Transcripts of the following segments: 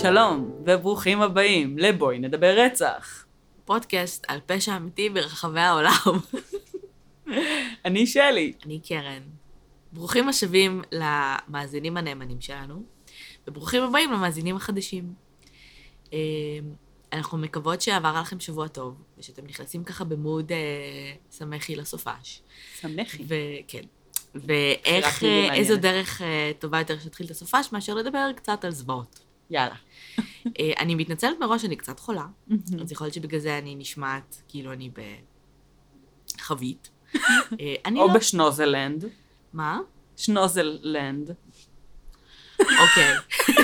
שלום, וברוכים הבאים לבואי נדבר רצח. פודקאסט על פשע אמיתי ברחבי העולם. אני שלי. אני קרן. ברוכים השבים למאזינים הנאמנים שלנו, וברוכים הבאים למאזינים החדשים. אנחנו מקוות שעבר לכם שבוע טוב, ושאתם נכנסים ככה במוד שמחי לסופש. שמחי. וכן. ואיך, איזו דרך טובה יותר שתתחיל את הסופש, מאשר לדבר קצת על זוועות. יאללה. אני מתנצלת מראש, אני קצת חולה, אז יכול להיות שבגלל זה אני נשמעת כאילו אני בחבית. או בשנוזלנד. מה? שנוזלנד. אוקיי.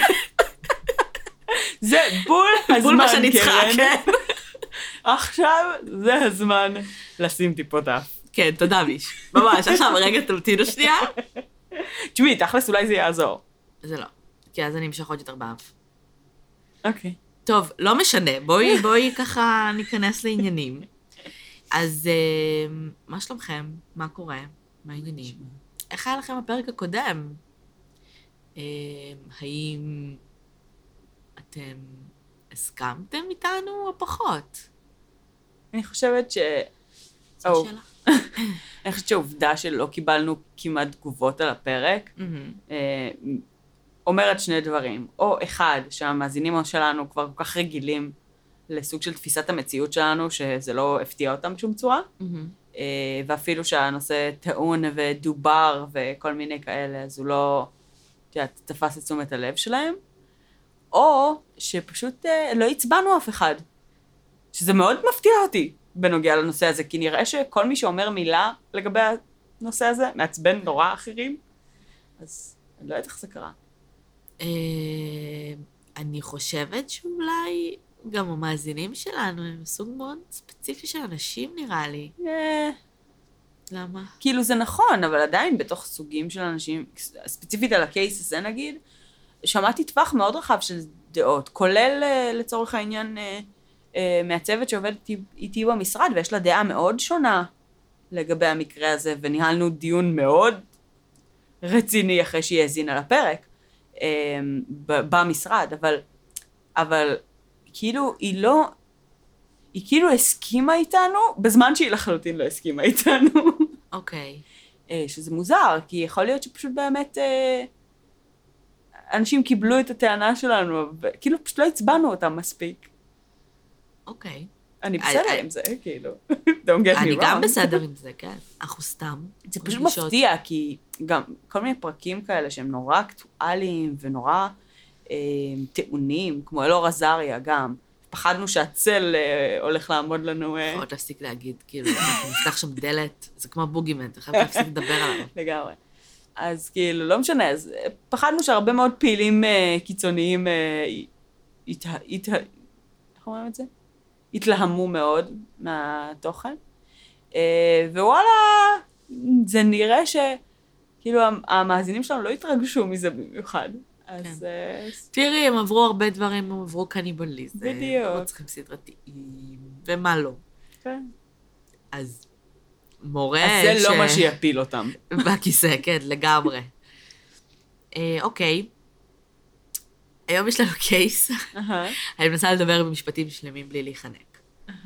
זה בול הזמן, בול מה שאני צריכה, כן. עכשיו זה הזמן לשים טיפות אף. כן, תודה ביש. ממש, עכשיו רגע תמתינו שנייה. תשמעי, תכלס אולי זה יעזור. זה לא, כי אז אני אמשך עוד יותר באף. אוקיי. טוב, לא משנה, בואי ככה ניכנס לעניינים. אז מה שלומכם? מה קורה? מה העניינים? איך היה לכם הפרק הקודם? האם אתם הסכמתם איתנו או פחות? אני חושבת זו שאלה. אני חושבת שהעובדה שלא קיבלנו כמעט תגובות על הפרק, אומרת שני דברים. או אחד, שהמאזינים שלנו כבר כל כך רגילים לסוג של תפיסת המציאות שלנו, שזה לא הפתיע אותם בשום צורה, ואפילו שהנושא טעון ודובר וכל מיני כאלה, אז הוא לא תפס את תשומת הלב שלהם. או שפשוט לא הצבענו אף אחד. שזה מאוד מפתיע אותי בנוגע לנושא הזה, כי נראה שכל מי שאומר מילה לגבי הנושא הזה, מעצבן נורא אחרים, אז אני לא יודעת איך זה קרה. אני חושבת שאולי גם המאזינים שלנו הם סוג מאוד ספציפי של אנשים, נראה לי. למה? כאילו זה נכון, אבל עדיין בתוך סוגים של אנשים, ספציפית על הקייס הזה נגיד, שמעתי טווח מאוד רחב של דעות, כולל לצורך העניין מהצוות שעובדת איתי במשרד, ויש לה דעה מאוד שונה לגבי המקרה הזה, וניהלנו דיון מאוד רציני אחרי שהיא האזינה לפרק במשרד, אבל כאילו היא כאילו הסכימה איתנו, בזמן שהיא לחלוטין לא הסכימה איתנו. אוקיי. שזה מוזר, כי יכול להיות שפשוט באמת אנשים קיבלו את הטענה שלנו, וכאילו פשוט לא הצבענו אותם מספיק. אוקיי. אני בסדר עם זה, כאילו. Don't get me wrong. אני גם בסדר עם זה, כן. אנחנו סתם. זה פשוט מפתיע, כי גם כל מיני פרקים כאלה שהם נורא אקטואליים ונורא טעונים, כמו אלאור עזריה גם. פחדנו שהצל הולך לעמוד לנו. יכולת להפסיק להגיד, כאילו, אנחנו נפתח שם דלת, זה כמו בוגימן, אתה חייב להפסיק לדבר עליו. לגמרי. אז כאילו, לא משנה, אז פחדנו שהרבה מאוד פעילים קיצוניים איך אומרים את זה? התלהמו מאוד מהתוכן. ווואלה, זה נראה שכאילו המאזינים שלנו לא התרגשו מזה במיוחד. אז תראי, הם עברו הרבה דברים, הם עברו קניבליזם. בדיוק. רוצחים סדרתיים, ומה לא. כן. אז מורה אז זה לא מה שיפיל אותם. בכיסא, כן, לגמרי. אוקיי. היום יש לנו קייס. אני מנסה לדבר במשפטים שלמים בלי להיחנק.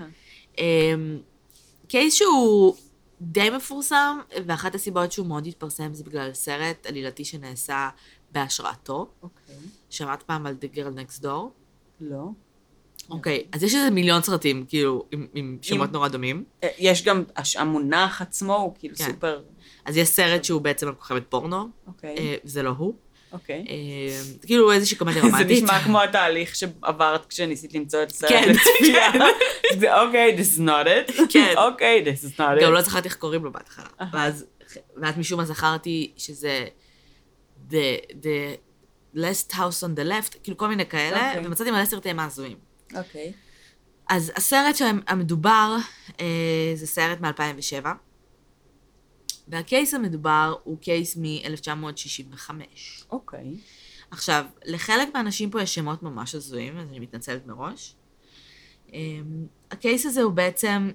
קייס שהוא די מפורסם, ואחת הסיבות שהוא מאוד התפרסם זה בגלל סרט עלילתי שנעשה בהשראתו. אוקיי. שמעת פעם על The Girl Next Door? לא. אוקיי, אז יש איזה מיליון סרטים, כאילו, עם שמות נורא דומים. יש גם, המונח עצמו הוא כאילו סופר. אז יש סרט שהוא בעצם על כוכבת פורנו. אוקיי. זה לא הוא. אוקיי. זה כאילו איזושהי קומדיה רומנטית. זה נשמע כמו התהליך שעברת כשניסית למצוא את הסרט לצפייה. אוקיי, this is not it. כן. אוקיי, this is not it. גם לא זכרתי איך קוראים לו בהתחלה. ואז משום מה זכרתי שזה the last house on the left, כאילו כל מיני כאלה, ומצאתי מלא סרטי מעזועים. אוקיי. אז הסרט המדובר זה סרט מ-2007, והקייס המדובר הוא קייס מ-1965. אוקיי. עכשיו, לחלק מהאנשים פה יש שמות ממש הזויים, אז אני מתנצלת מראש. הקייס הזה הוא בעצם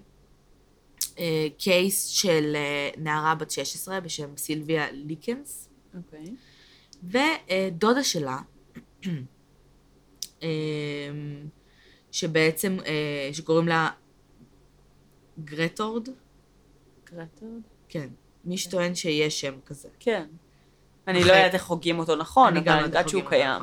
קייס של נערה בת 16 בשם סילביה ליקנס. אוקיי. ודודה שלה שבעצם, שקוראים לה גרטורד. גרטורד? כן. מי שטוען שיש שם כזה. כן. אני לא יודעת איך חוגים אותו נכון, אבל אני יודעת שהוא קיים.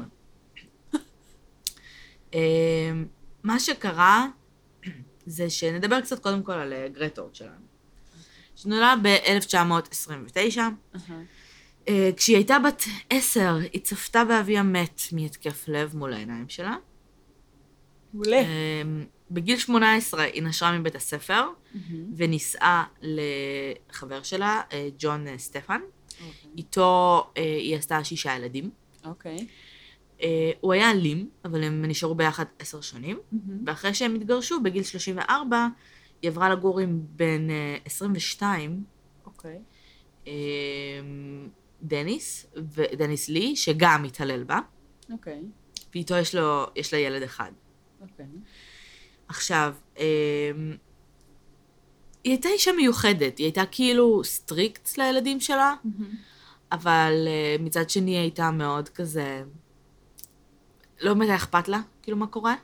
מה שקרה זה שנדבר קצת קודם כל על גרטורד שלנו. שנולדה ב-1929. כשהיא הייתה בת 10, היא צפתה באביה מת מהתקף לב מול העיניים שלה. מעולה. בגיל 18 היא נשרה מבית הספר, ונישאה לחבר שלה, ג'ון סטפן. איתו היא עשתה 6 ילדים. אוקיי. הוא היה אלים, אבל הם נשארו ביחד 10 שנים. ואחרי שהם התגרשו, בגיל 34, היא עברה לגור עם בן 22. אוקיי. דניס לי, שגם התעלל בה. אוקיי. ואיתו יש לה ילד אחד. אוקיי. עכשיו, היא הייתה אישה מיוחדת, היא הייתה כאילו סטריקט לילדים שלה, אבל מצד שני היא הייתה מאוד כזה, לא באמת אכפת לה, כאילו מה קורה.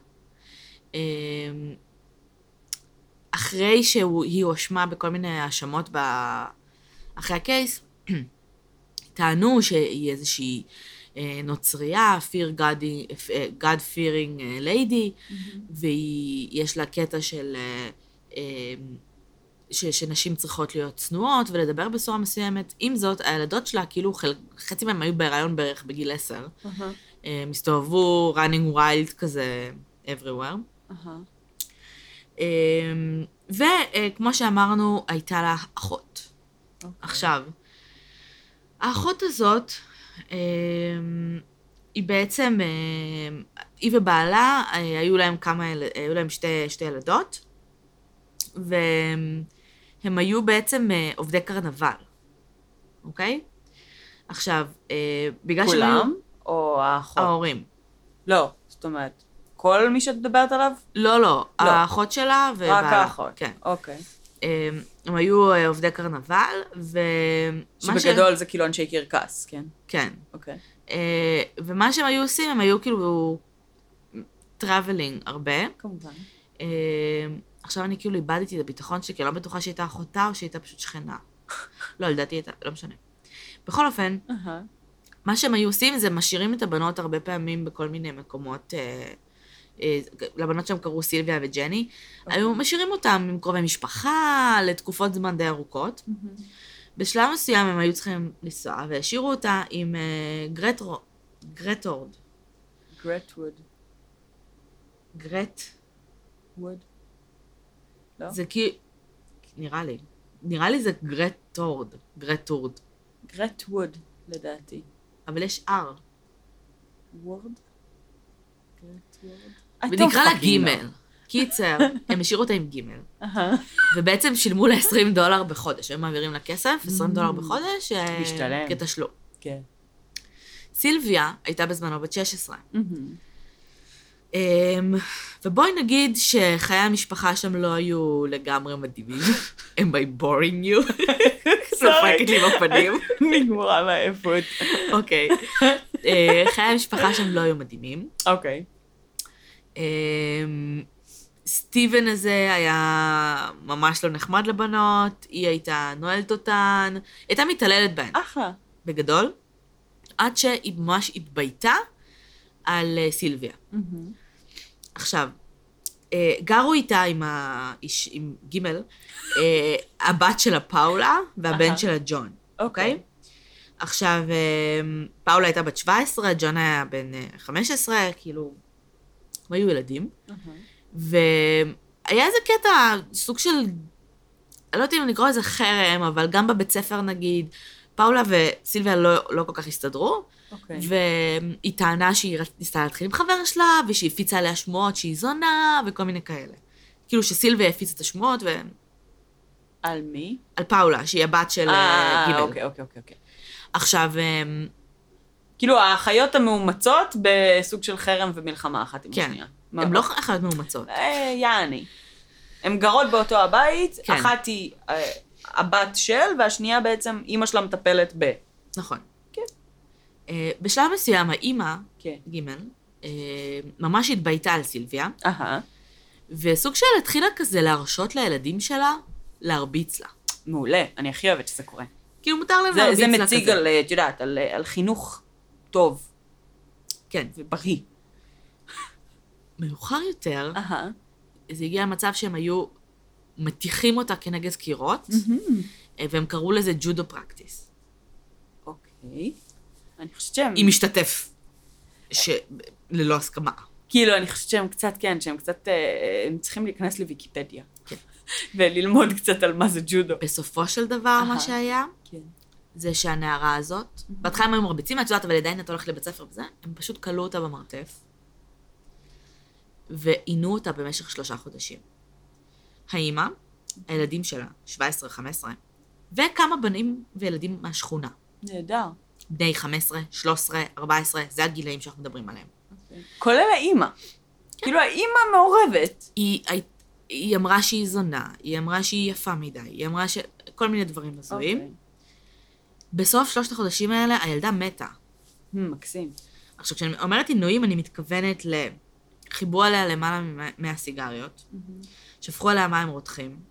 אחרי שהיא הואשמה בכל מיני האשמות אחרי הקייס, טענו שהיא איזושהי נוצריה, God-fearing lady, ויש לה קטע של שנשים צריכות להיות צנועות ולדבר בצורה מסוימת. עם זאת, הילדות שלה, כאילו חצי מהם היו בהיריון בערך בגיל 10, מסתובבו running wild כזה everywhere. וכמו שאמרנו, הייתה לה אחות. עכשיו, האחות הזאת, היא בעצם, היא ובעלה, היו להם שתי ילדות, והם היו בעצם עובדי קרנבל, אוקיי? עכשיו, בגלל שלא... כולם? או האחות? ההורים. לא, זאת אומרת, כל מי שאת מדברת עליו? לא, האחות שלה ובעלה. רק האחות, כן. אוקיי. הם היו עובדי קרנבל, שבגדול זה כאילו אנשי קרקס, כן? כן. אוקיי. ומה שהם היו עושים, הם היו כאילו טראבלינג הרבה. כמובן. עכשיו אני כאילו איבדתי את הביטחון שלי, כי אני לא בטוחה שהייתה אחותה או שהייתה פשוט שכנה. לא, לדעתי הייתה, לא משנה. בכל אופן, מה שהם היו עושים זה משאירים את הבנות הרבה פעמים בכל מיני מקומות, לבנות שהם קראו סילביה וג'ני, היו משאירים אותם עם קרובי משפחה, לתקופות זמן די ארוכות. בשלב מסוים הם היו צריכים לנסוע, והשאירו אותה עם גרטורד. גרטווד. ווד? לא? זה כי... נראה לי זה גרטורד. גרטווד, לדעתי. אבל יש R. וורד? ונקרא לה גימל. קיצר, הם השאירו אותה עם גימל. ובעצם שילמו לה $20 בחודש. הם מעבירים לה כסף, $20 בחודש, כתשלום. כן. סילביה הייתה בזמנו בת 16. ובואי נגיד שחיי המשפחה שם לא היו לגמרי מדהימים. Am I boring you? סופקת לי בפנים. נגמרה מהאפות. אוקיי. חיי המשפחה שם לא היו מדהימים. אוקיי. סטיבן הזה היה ממש לא נחמד לבנות, היא הייתה נועלת אותן, הייתה מתעללת בהן. אחלה. בגדול, עד שהיא ממש התבייתה על סילביה. עכשיו, גרו איתה עם גימל, הבת שלה פאולה והבן שלה ג'ון. אוקיי? עכשיו, פאולה הייתה בת 17, ג'ון היה בן 15, כאילו, הם היו ילדים. והיה איזה קטע, סוג של, אני לא יודעת אם לקרוא לזה חרם, אבל גם בבית ספר נגיד, פאולה וסילביה לא כל כך הסתדרו, והיא טענה שהיא ניסתה להתחיל עם חבר שלה, ושהיא הפיצה עליה שמועות שהיא זונה, וכל מיני כאלה. כאילו שסילביה הפיצה את השמועות, על מי? על פאולה, שהיא הבת של גימל. אוקיי. עכשיו, כאילו האחיות המאומצות בסוג של חרם ומלחמה אחת עם השנייה. הן לא אחיות מאומצות. יעני. הן גרות באותו הבית, אחת היא הבת של, והשנייה בעצם אמא שלה מטפלת ב. נכון. בשלב מסוים, האמא, גימל, ממש התבייתה על סילביה, אהה. וסוג של התחילה כזה להרשות לילדים שלה להרביץ לה. מעולה, אני הכי אוהבת שזה קורה. כאילו מותר להם להרביץ לה כזה. זה מציג על, את יודעת, על חינוך טוב. כן. ובריא. מאוחר יותר, זה הגיע למצב שהם היו מתיחים אותה כנגד קירות, והם קראו לזה ג'ודו פרקטיס. אוקיי. אני חושבת שהם... עם משתתף, ללא הסכמה. כאילו, אני חושבת שהם קצת, כן, שהם קצת, הם צריכים להיכנס לוויקיפדיה. כן. וללמוד קצת על מה זה ג'ודו. בסופו של דבר, מה שהיה, זה שהנערה הזאת, בהתחלה הם היו מרביצים, את יודעת, אבל עדיין אתה הולך לבית ספר וזה, הם פשוט קלו אותה במרתף, ועינו אותה במשך 3 חודשים. האמא, הילדים שלה, 17-15, וכמה בנים וילדים מהשכונה. נהדר. בני 15, 13, 14, זה הגילאים שאנחנו מדברים עליהם. כולל האמא. כאילו, האמא מעורבת. היא אמרה שהיא זונה, היא אמרה שהיא יפה מדי, היא אמרה כל מיני דברים הזויים. בסוף 3 החודשים האלה, הילדה מתה. מקסים. עכשיו, כשאני אומרת עינויים, אני מתכוונת חיברו עליה למעלה מ100 סיגריות, שפכו עליה מים רותחים,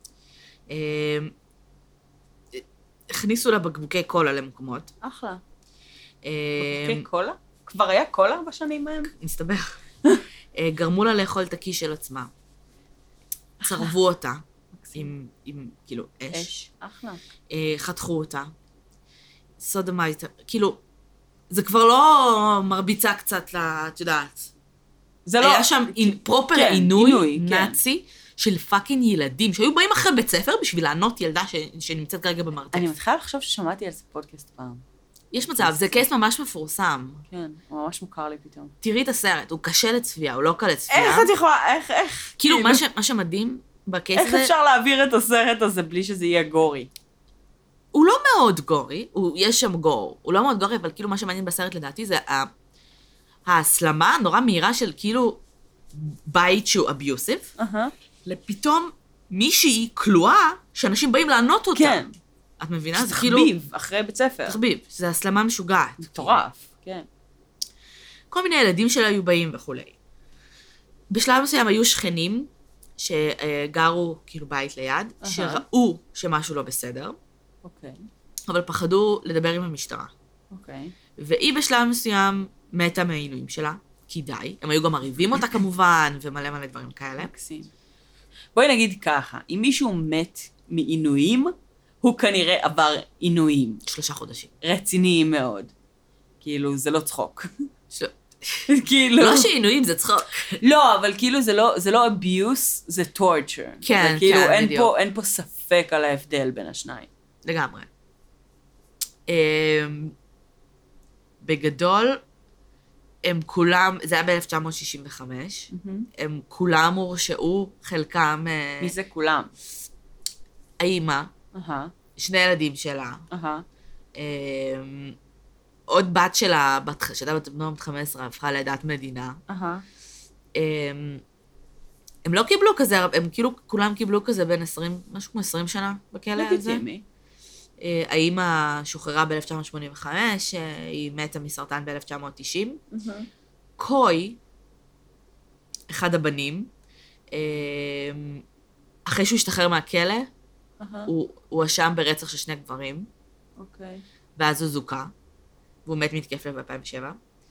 הכניסו לה בקבוקי קולה למקומות. אחלה. בקבוקי קולה? כבר היה קולה בשנים ההם? מסתבר. גרמו לה לאכול את הכיס של עצמה. צרבו אותה עם כאילו אש. אחלה. חתכו אותה. סודומית, כאילו, זה כבר לא מרביצה קצת, את יודעת. היה שם פרופר עינוי נאצי של פאקינג ילדים, שהיו באים אחרי בית ספר בשביל לענות ילדה שנמצאת כרגע במרתף. אני מתחילה לחשוב ששמעתי על זה פודקאסט פעם. יש מצב, זה קייס ממש מפורסם. כן, הוא ממש מוכר לי פתאום. תראי את הסרט, הוא קשה לצפייה, הוא לא קל לצפייה. איך את יכולה, איך? כאילו, מה שמדהים בקייס הזה... איך אפשר להעביר את הסרט הזה בלי שזה יהיה גורי? הוא לא מאוד גורי, יש שם גור. הוא לא מאוד גורי, אבל כאילו מה שמעניין בסרט לדעתי זה ההסלמה הנורא מהירה של כאילו בית שהוא אביוסיב, לפתאום מישהי כלואה שאנשים באים לענות אותה. כן. את מבינה? זה כאילו... תחביב, אחרי בית ספר. תחביב, זה הסלמה משוגעת. מטורף, כן. כל מיני ילדים שלה היו באים וכולי. בשלב מסוים היו שכנים שגרו כאילו בית ליד, שראו שמשהו לא בסדר. אוקיי. אבל פחדו לדבר עם המשטרה. אוקיי. והיא בשלב מסוים מתה מהעינויים שלה, כי די. הם היו גם מריבים אותה כמובן, ומלא מלא דברים כאלה. מקסים. בואי נגיד ככה, אם מישהו מת מעינויים, הוא כנראה עבר עינויים. 3 חודשים. רציניים מאוד. כאילו, זה לא צחוק. כאילו... לא שעינויים זה צחוק. לא, אבל כאילו זה לא abuse, זה torture. כן, כאילו, כן, בדיוק. אין פה ספק על ההבדל בין השניים. לגמרי. בגדול, הם כולם, זה היה ב-1965, הם כולם הורשעו, חלקם... מי זה כולם? האמא, 2 ילדים שלה, עוד בת שלה, שהייתה בת 15, הפכה לעדת מדינה. הם לא קיבלו כזה, הם כאילו כולם קיבלו כזה בין 20, משהו כמו 20 שנה בכלא הזה. האמא שוחררה ב-1985, היא מתה מסרטן ב-1990. קוי, אחד הבנים, אחרי שהוא השתחרר מהכלא, הוא הואשם ברצח של 2 גברים. ואז הוא זוכה, והוא מת מתקף לב ב-2007.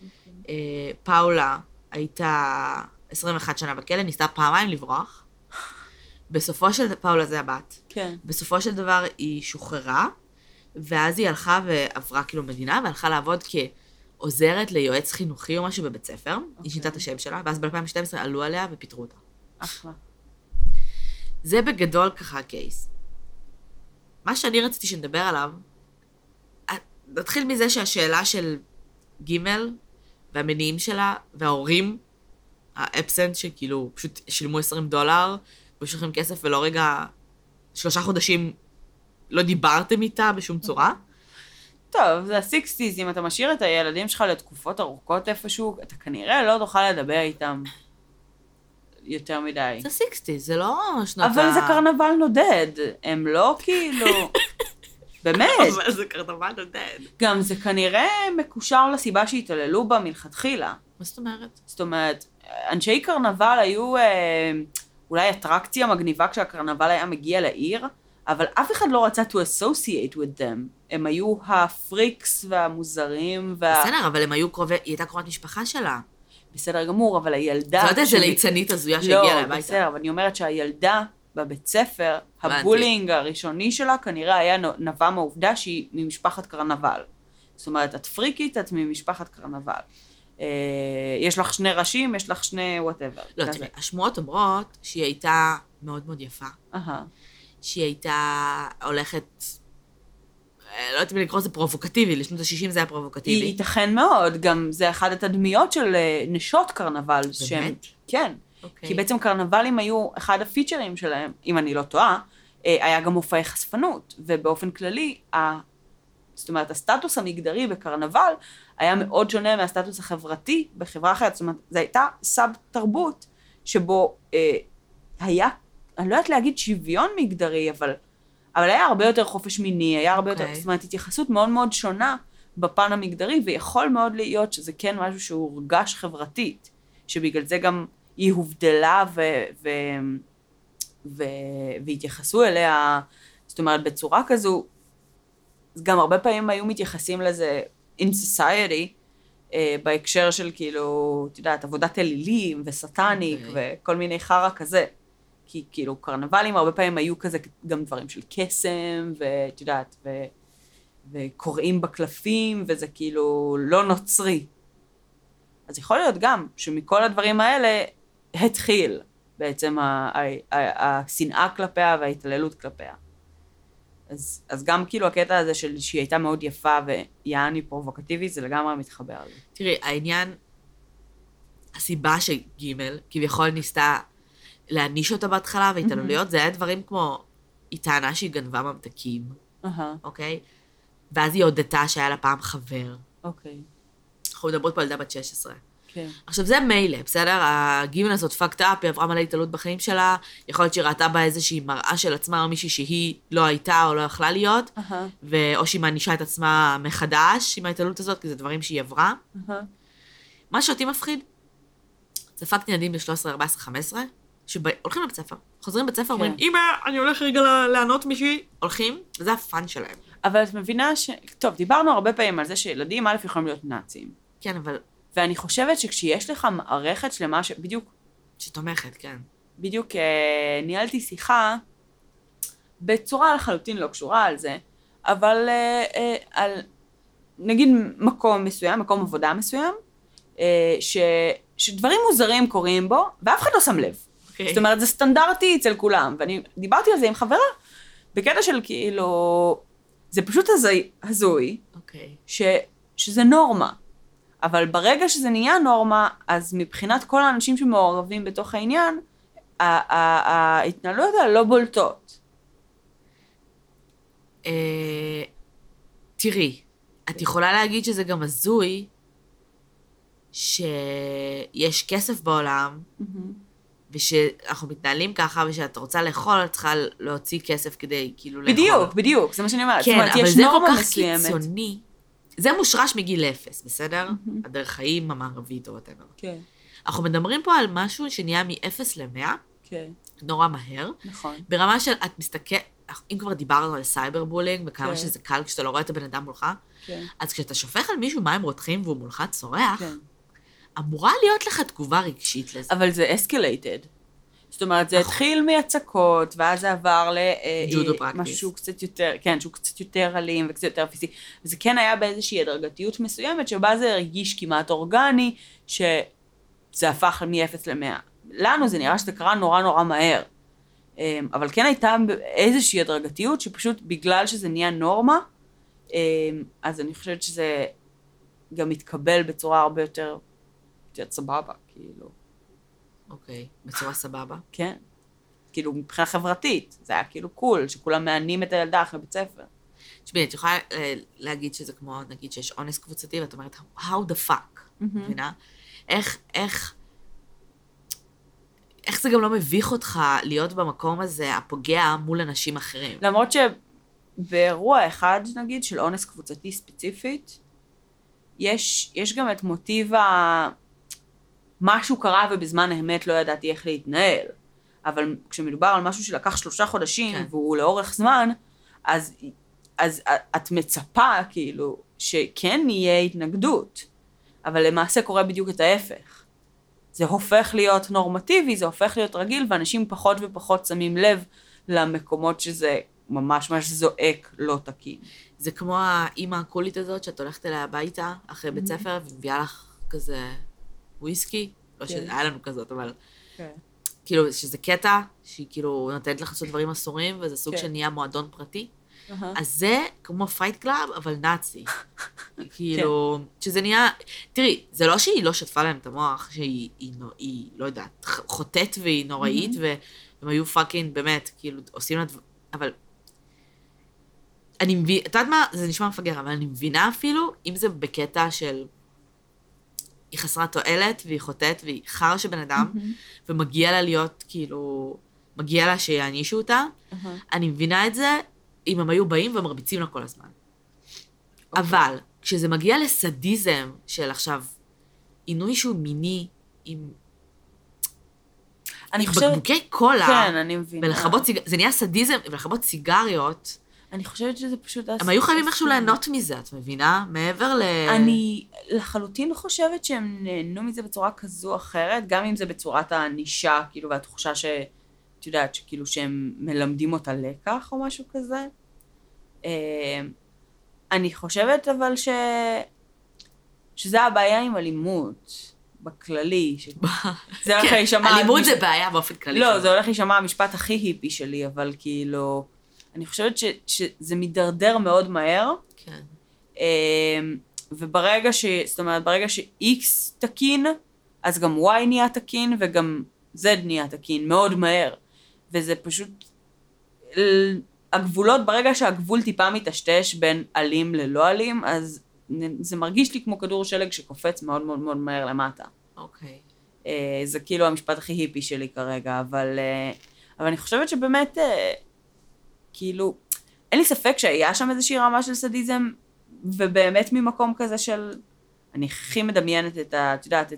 פאולה הייתה 21 שנה בכלא, ניסתה פעמיים לברוח. בסופו של דבר, פאולה זה הבת. כן. בסופו של דבר היא שוחררה, ואז היא הלכה ועברה כאילו מדינה, והלכה לעבוד כעוזרת ליועץ חינוכי או משהו בבית ספר. היא שינתה את השם שלה, ואז ב-2012 עלו עליה ופיטרו אותה. אחלה. זה בגדול ככה הקייס. מה שאני רציתי שנדבר עליו, נתחיל מזה שהשאלה של ג' והמניעים שלה, וההורים, האפסנט שכאילו פשוט שילמו $20, ושולחים כסף ולא רגע 3 חודשים לא דיברתם איתה בשום צורה. טוב, זה ה-60s, אם אתה משאיר את הילדים שלך לתקופות ארוכות איפשהו, אתה כנראה לא תוכל לדבר איתם יותר מדי. זה ה-60s, זה לא שנות אבל זה קרנבל נודד, הם לא כאילו... באמת. אבל זה קרנבל נותן. גם זה כנראה מקושר לסיבה שהתעללו בה מלכתחילה. מה זאת אומרת? זאת אומרת, אנשי קרנבל היו אולי אטרקציה מגניבה כשהקרנבל היה מגיע לעיר, אבל אף אחד לא רצה to associate with them. הם היו הפריקס והמוזרים בסדר, אבל הם היו היא הייתה קרובת משפחה שלה. בסדר גמור, אבל הילדה... זאת איזה ליצנית הזויה שהגיעה לה הביתה. לא, בסדר, אבל אני אומרת שהילדה בבית ספר, הבולינג הראשוני שלה כנראה היה נבע מהעובדה שהיא ממשפחת קרנבל. זאת אומרת, את פריקית, את ממשפחת קרנבל. יש לך שני ראשים, יש לך שני whatever. לא, תראי, השמועות אומרות שהיא הייתה מאוד מאוד יפה. שהיא הייתה הולכת... לא יודעת אם לקרוא זה פרובוקטיבי, לשנות ה-60 זה היה פרובוקטיבי. היא ייתכן מאוד, גם זה אחת התדמיות של נשות קרנבל. באמת? כן. כי בעצם קרנבלים היו אחד הפיצ'רים שלהם, אם אני לא טועה, היה גם מופעי חשפנות, ובאופן כללי, זאת אומרת, הסטטוס המגדרי בקרנבל היה מאוד שונה מהסטטוס החברתי בחברה אחרת, זאת אומרת, זו הייתה סאב תרבות, שבו היה, אני לא יודעת להגיד שוויון מגדרי, אבל היה הרבה יותר חופש מיני, היה הרבה יותר, זאת אומרת, התייחסות מאוד מאוד שונה בפן המגדרי, ויכול מאוד להיות שזה כן משהו שהוא הורגש חברתית, שבגלל זה גם היא הובדלה והתייחסו אליה, זאת אומרת, בצורה כזו, גם הרבה פעמים היו מתייחסים לזה in society, בהקשר של כאילו, את יודעת, עבודת אלילים וסטניק וכל מיני חרא כזה. כי כאילו קרנבלים הרבה פעמים היו כזה גם דברים של קסם, ואת יודעת, וקוראים בקלפים, וזה כאילו לא נוצרי. אז יכול להיות גם שמכל הדברים האלה התחיל בעצם השנאה כלפיה וההתעללות כלפיה. אז גם כאילו הקטע הזה של שהיא הייתה מאוד יפה ויעני פרובוקטיבי, זה לגמרי מתחבר לזה. תראי, העניין, הסיבה שגימל כביכול ניסתה להניש אותה בהתחלה והתעללויות, זה היה דברים כמו, היא טענה שהיא גנבה ממתקים, אוקיי? ואז היא הודתה שהיה לה פעם חבר. אוקיי. אנחנו מדברות פה על ילדה בת 16. כן. עכשיו זה מילא, בסדר? הגימל הזאת fucked up, היא עברה מלא התעללות בחיים שלה, יכול להיות שהיא ראתה בה איזושהי מראה של עצמה, או מישהי שהיא לא הייתה או לא יכלה להיות, או שהיא מענישה את עצמה מחדש עם ההתעללות הזאת, כי זה דברים שהיא עברה. מה שאותי מפחיד, זה פאקט ילדים ב-13, 14, 15, שהולכים לבית ספר, חוזרים לבית ספר, אומרים, אמא, אני הולך רגע לענות מישהי, הולכים, וזה הפאן שלהם. אבל את מבינה טוב, דיברנו הרבה פעמים על זה שילדים א' יכולים להיות נאצים. כן, אבל... ואני חושבת שכשיש לך מערכת שלמה בדיוק... שתומכת, כן. בדיוק ניהלתי שיחה בצורה לחלוטין לא קשורה על זה, אבל על נגיד מקום מסוים, מקום עבודה מסוים, שדברים מוזרים קורים בו, ואף אחד לא שם לב. זאת אומרת, זה סטנדרטי אצל כולם, ואני דיברתי על זה עם חברה, בקטע של כאילו, זה פשוט הזוי, שזה נורמה. אבל ברגע שזה נהיה נורמה, אז מבחינת כל האנשים שמעורבים בתוך העניין, ההתנהלויות האלה לא בולטות. תראי, את יכולה להגיד שזה גם הזוי, שיש כסף בעולם, ושאנחנו מתנהלים ככה, ושאת רוצה לאכול, את צריכה להוציא כסף כדי כאילו לאכול. בדיוק, זה מה שאני אומרת. כן, אבל זה כל כך קיצוני. זה מושרש מגיל 0, בסדר? הדרך חיים המערבית או whatever. כן. אנחנו מדברים פה על משהו שנהיה מ-0 ל-100, כן. נורא מהר. נכון. ברמה של, את מסתכל, אם כבר דיברנו על סייבר בולינג, וכמה שזה קל כשאתה לא רואה את הבן אדם מולך, אז כשאתה שופך על מישהו מים רותחים והוא מולך צורח, אמורה להיות לך תגובה רגשית לזה. אבל זה escalated. זאת אומרת, זה התחיל מהצקות, ואז זה עבר למשהו קצת יותר, כן, שהוא קצת יותר אלים וקצת יותר פיזי. וזה כן היה באיזושהי הדרגתיות מסוימת, שבה זה הרגיש כמעט אורגני, שזה הפך מ-0 ל-100. לנו זה נראה שזה קרה נורא נורא מהר. אבל כן הייתה איזושהי הדרגתיות, שפשוט בגלל שזה נהיה נורמה, אז אני חושבת שזה גם מתקבל בצורה הרבה יותר סבבה, כאילו. אוקיי, בצורה סבבה. כן. כאילו, מבחינה חברתית, זה היה כאילו קול, שכולם מענים את הילדה אחרי בית ספר. תשמעי, את יכולה להגיד שזה כמו, נגיד שיש אונס קבוצתי, ואת אומרת, how the fuck, מבינה? איך זה גם לא מביך אותך להיות במקום הזה, הפוגע מול אנשים אחרים? למרות באירוע אחד, נגיד, של אונס קבוצתי ספציפית, יש גם את מוטיב משהו קרה ובזמן האמת לא ידעתי איך להתנהל. אבל כשמדובר על משהו שלקח 3 חודשים, כן. והוא לאורך זמן, אז את מצפה, כאילו, שכן יהיה התנגדות. אבל למעשה קורה בדיוק את ההפך. זה הופך להיות נורמטיבי, זה הופך להיות רגיל, ואנשים פחות ופחות שמים לב למקומות שזה ממש זועק לא תקין. זה כמו האמא הקולית הזאת, שאת הולכת אליה הביתה אחרי בית ספר, ומביאה לך כזה וויסקי, לא שהיה לנו כזאת, אבל כאילו שזה קטע, שהיא כאילו נותנת לך לעשות דברים אסורים, וזה סוג של נהיה מועדון פרטי. אז זה כמו פייט קלאב, אבל נאצי. כאילו, שזה נהיה... תראי, זה לא שהיא לא שטפה להם את המוח, שהיא לא יודעת, חוטאת והיא נוראית, והם היו פאקינג, באמת, כאילו, עושים לה דבר... אבל... אני מבינה, את יודעת מה? זה נשמע מפגר, אבל אני מבינה אפילו, אם זה בקטע של... היא חסרת תועלת, והיא חוטאת, והיא חר שבן אדם, ומגיע לה להיות, כאילו... מגיע לה שיענישו אותה. אני מבינה את זה, אם הם היו באים ומרביצים לה כל הזמן. אבל, כשזה מגיע לסדיזם של עכשיו, עינוי שהוא מיני, עם בקבוקי קולה, כן, אני מבינה. זה נהיה סדיזם, ולחבות סיגריות, אני חושבת שזה פשוט... הם היו חייבים איכשהו ליהנות מזה, את מבינה? מעבר אני לחלוטין חושבת שהם נהנו מזה בצורה כזו או אחרת, גם אם זה בצורת הענישה, כאילו, והתחושה את יודעת, שכאילו שהם מלמדים אותה לקח או משהו כזה. אני חושבת אבל שזה הבעיה עם אלימות, בכללי. אלימות זה בעיה באופן כללי. לא, זה הולך להישמע המשפט הכי היפי שלי, אבל כאילו, אני חושבת שזה מדרדר מאוד מהר. כן. וברגע זאת אומרת, ברגע ש-X תקין, אז גם Y נהיה תקין, וגם Z נהיה תקין, מאוד מהר. וזה פשוט, הגבולות, ברגע שהגבול טיפה מתשתש בין אלים ללא אלים, אז זה מרגיש לי כמו כדור שלג שקופץ מאוד מאוד מאוד מהר למטה. אוקיי. זה כאילו המשפט הכי היפי שלי כרגע, אבל אני חושבת שבאמת, כאילו, אין לי ספק שהיה שם איזושהי רמה של סדיזם, ובאמת ממקום כזה של, אני הכי מדמיינת את יודעת,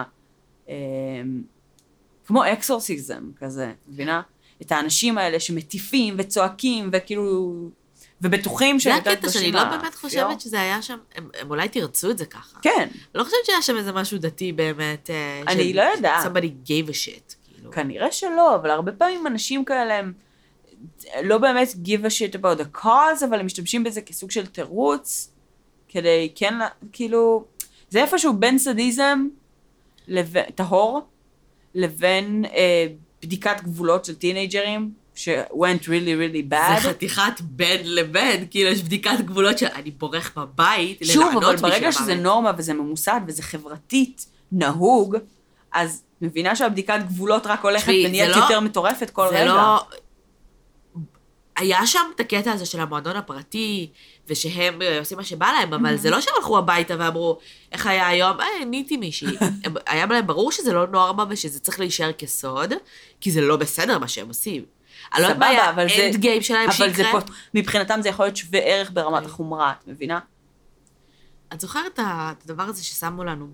כמו אקסורסיזם כזה, מבינה? את האנשים האלה שמטיפים וצועקים וכאילו, ובטוחים זה הקטע שאני לא באמת חושבת שזה היה שם, הם אולי תרצו את זה ככה. כן. לא חושבת שהיה שם איזה משהו דתי באמת, אני לא יודעת. somebody gave a shit. כנראה שלא, אבל הרבה פעמים אנשים כאלה הם לא באמת give a shit about the cause, אבל הם משתמשים בזה כסוג של תירוץ, כדי כן, כאילו, זה איפשהו בין סדיזם טהור, לבין בדיקת גבולות של טינג'רים, ש-went really really bad. זה חתיכת בין לבין, כאילו יש בדיקת גבולות שאני בורח בבית, שוב, אבל ברגע שזה נורמה וזה ממוסד וזה חברתית נהוג, אז מבינה שהבדיקת גבולות רק הולכת ונהיית יותר מטורפת כל רגע. זה לא... היה שם את הקטע הזה של המועדון הפרטי, ושהם עושים מה שבא להם, אבל זה לא שהם הלכו הביתה ואמרו, איך היה היום? ניתי מישהי. היה להם ברור שזה לא נורמה ושזה צריך להישאר כסוד, כי זה לא בסדר מה שהם עושים. סבבה, אבל זה... אנד גיים שלהם שיקרה. מבחינתם זה יכול להיות שווה ערך ברמת החומרה, את מבינה? את זוכרת את הדבר הזה ששמו לנו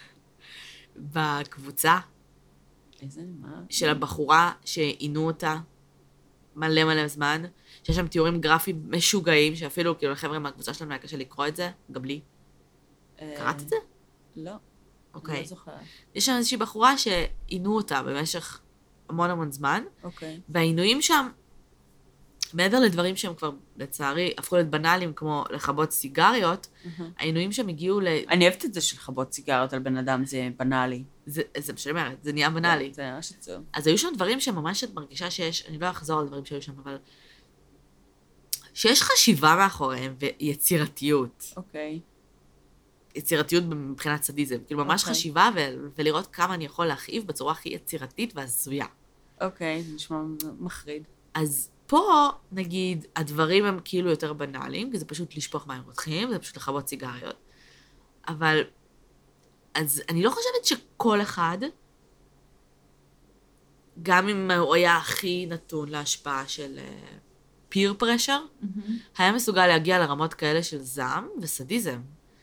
בקבוצה? איזה מה? של הבחורה שעינו אותה מלא מלא זמן, שיש שם תיאורים גרפיים משוגעים, שאפילו כאילו לחבר'ה מהקבוצה שלנו היה קשה לקרוא את זה, גם לי. קראת את זה? לא. אוקיי. לא זוכרת. יש שם איזושהי בחורה שעינו אותה במשך המון המון זמן, אוקיי. והעינויים שם, מעבר לדברים שהם כבר, לצערי, הפכו להיות בנאליים, כמו לכבות סיגריות, העינויים שם הגיעו אני אוהבת את זה של לכבות סיגריות על בן אדם, זה בנאלי. זה משנה אומרת, זה נהיה בנאלי. זה ממש עצוב. אז היו שם דברים שממש את מרגישה שיש, אני לא אחזור על דברים שהיו שם, אבל שיש חשיבה מאחוריהם ויצירתיות. אוקיי. יצירתיות מבחינת סדיזם, כאילו ממש חשיבה ולראות כמה אני יכול להכאיב בצורה הכי יצירתית והזויה. אוקיי, זה נשמע מחריד. אז פה, נגיד, הדברים הם כאילו יותר בנאליים, כי זה פשוט לשפוך מים רותחים, זה פשוט לכבות סיגריות. אבל, אז אני לא חושבת שכל אחד, גם אם הוא היה הכי נתון להשפעה של פיר פרשר, היה מסוגל להגיע לרמות כאלה של זעם וסדיזם.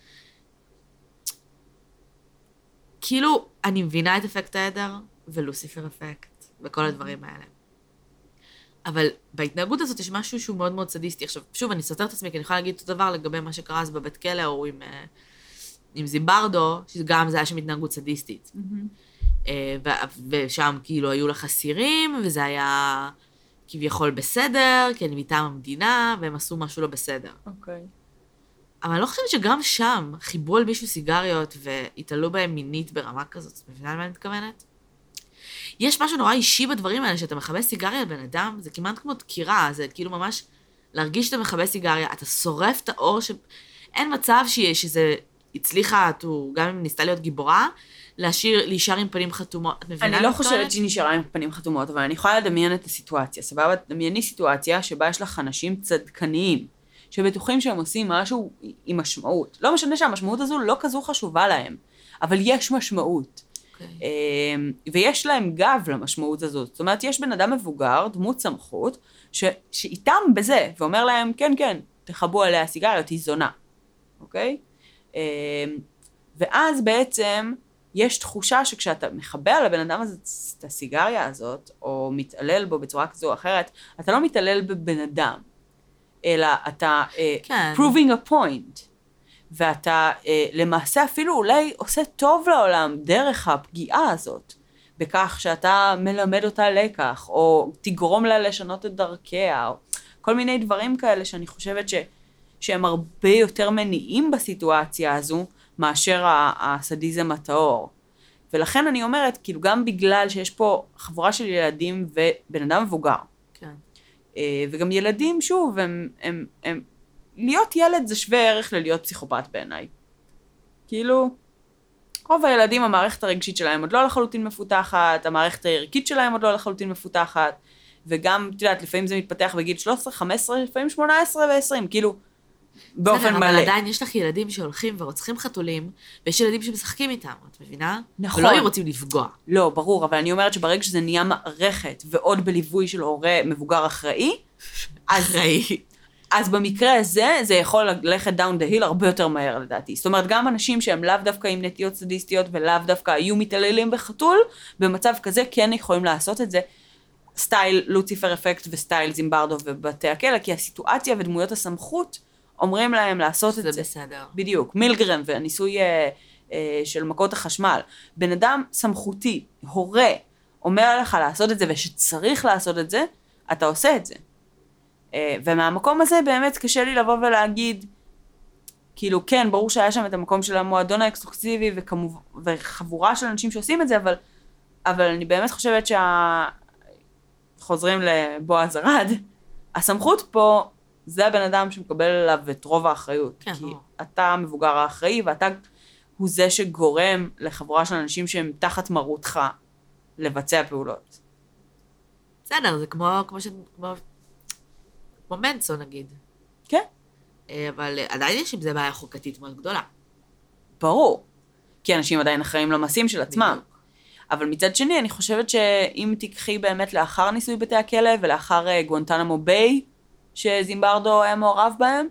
כאילו, אני מבינה את אפקט העדר, ולוסיפר אפקט, וכל הדברים האלה. אבל בהתנהגות הזאת יש משהו שהוא מאוד מאוד סדיסטי. עכשיו, שוב, אני סותר את עצמי, כי אני יכולה להגיד אותו דבר לגבי מה שקרה אז בבית כלא, או עם זימברדו, שגם זה היה שם התנהגות סדיסטית. ושם כאילו היו לך אסירים, וזה היה כביכול בסדר, כי אני מטעם המדינה, והם עשו משהו לא בסדר. אוקיי. אבל אני לא חושבת שגם שם חיברו על מישהו סיגריות, והתעלו בהם מינית ברמה כזאת. את מבינה למה אני מתכוונת? יש משהו נורא אישי בדברים האלה, שאתה מכבה סיגריה על בן אדם, זה כמעט כמו דקירה, זה כאילו ממש להרגיש שאתה מכבה סיגריה, אתה שורף את האור, אין מצב שזה הצליחה, גם אם ניסתה להיות גיבורה, להישאר עם פנים חתומות. את מבינה? אני לא חושבת שהיא נשארה עם פנים חתומות, אבל אני יכולה לדמיין את הסיטואציה. סבבה? דמייני סיטואציה שבה יש לך אנשים צדקניים, שבטוחים שהם עושים משהו עם משמעות. לא משנה שהמשמעות הזו לא כזו חשובה להם, אבל יש משמעות. ויש להם גב למשמעות הזאת. זאת אומרת, יש בן אדם מבוגר, דמות סמכות, שאיתם בזה, ואומר להם, כן, כן, תחבו עליה סיגריות, היא זונה. אוקיי? ואז בעצם יש תחושה שכשאתה מחבא על הבן אדם הזה את הסיגריה הזאת, או מתעלל בו בצורה כזו או אחרת, אתה לא מתעלל בבן אדם, אלא אתה proving a point. ואתה למעשה אפילו אולי עושה טוב לעולם דרך הפגיעה הזאת, בכך שאתה מלמד אותה לקח, או תגרום לה לשנות את דרכיה, או כל מיני דברים כאלה שאני חושבת שהם הרבה יותר מניעים בסיטואציה הזו, מאשר הסדיזם הטהור. ולכן אני אומרת, כאילו גם בגלל שיש פה חבורה של ילדים ובן אדם מבוגר. כן. וגם ילדים, שוב, הם להיות ילד זה שווה ערך ללהיות פסיכופת בעיניי. כאילו, רוב הילדים, המערכת הרגשית שלהם עוד לא לחלוטין מפותחת, המערכת הערכית שלהם עוד לא לחלוטין מפותחת, וגם, את יודעת, לפעמים זה מתפתח בגיל 13, 15, לפעמים 18 ו-20, כאילו, באופן מלא. אבל עדיין יש לך ילדים שהולכים ורוצחים חתולים, ויש ילדים שמשחקים איתם, את מבינה? נכון. ולא היו רוצים לפגוע. לא, ברור, אבל אני אומרת שברגע שזה נהיה מערכת, ועוד בליווי של הורה מבוגר אחראי, אז במקרה הזה, זה יכול ללכת down the hill הרבה יותר מהר לדעתי. זאת אומרת, גם אנשים שהם לאו דווקא עם נטיות סדיסטיות, ולאו דווקא היו מתעללים בחתול, במצב כזה כן יכולים לעשות את זה, סטייל לוציפר אפקט וסטייל זימברדו ובתי הכלא, כי הסיטואציה ודמויות הסמכות אומרים להם לעשות את זה. זה בסדר. בדיוק. מילגרם והניסוי של מכות החשמל. בן אדם סמכותי, הורה, אומר לך לעשות את זה, ושצריך לעשות את זה, אתה עושה את זה. ומהמקום הזה באמת קשה לי לבוא ולהגיד, כאילו כן, ברור שהיה שם את המקום של המועדון האקסקלוסיבי, וחבורה של אנשים שעושים את זה, אבל אני באמת חושבת חוזרים לבועז ארד, הסמכות פה, זה הבן אדם שמקבל עליו את רוב האחריות. כן, כי אתה המבוגר האחראי, ואתה הוא זה שגורם לחבורה של אנשים שהם תחת מרותך לבצע פעולות. בסדר, זה כמו מנצו נגיד. כן. אבל עדיין יש עם זה בעיה חוקתית מאוד גדולה. ברור. כי אנשים עדיין אחראים למעשים של עצמם. אבל מצד שני, אני חושבת שאם תיקחי באמת לאחר ניסוי בתי הכלא, ולאחר גואנטנמו ביי, שזימברדו היה מעורב בהם,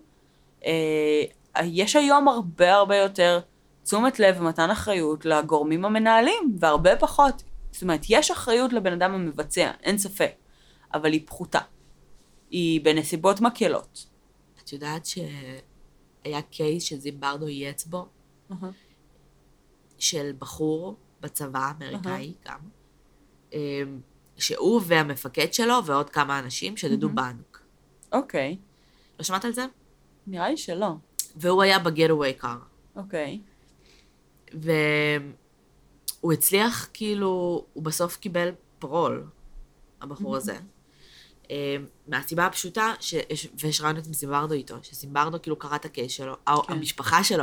יש היום הרבה יותר תשומת לב ומתן אחריות לגורמים המנהלים, והרבה פחות. זאת אומרת, יש אחריות לבן אדם המבצע, אין ספק, אבל היא פחותה. היא בנסיבות מקלות. את יודעת שהיה קייס שזימברדו ייעץ בו, של בחור בצבא האמריקאי גם, שהוא והמפקד שלו ועוד כמה אנשים שדדו בנק. אוקיי. לא שמעת על זה? נראה לי שלא. והוא היה בגטווי קאר. אוקיי. והוא הצליח, כאילו, הוא בסוף קיבל פרול, הבחור הזה. מהסיבה הפשוטה, ויש רעיונות עם זימברדו איתו, שזימברדו כאילו קרא את הקייס שלו, המשפחה שלו,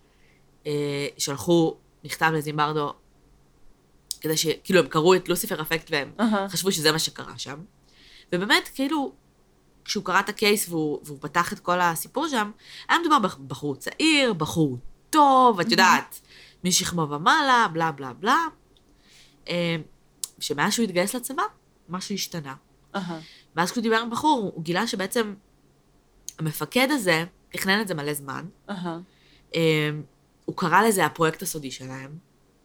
שלחו מכתב לזימברדו, כדי שכאילו הם קראו את לוסיפר אפקט והם חשבו שזה מה שקרה שם. ובאמת, כאילו, כשהוא קרא את הקייס והוא פתח את כל הסיפור שם, היה מדובר בחור צעיר, בחור טוב, את יודעת, משכמו ומעלה, בלה בלה בלה. שמאז שהוא התגייס לצבא, משהו השתנה. ואז כשהוא דיבר עם בחור, הוא גילה שבעצם המפקד הזה תכנן את זה מלא זמן. הוא קרא לזה הפרויקט הסודי שלהם.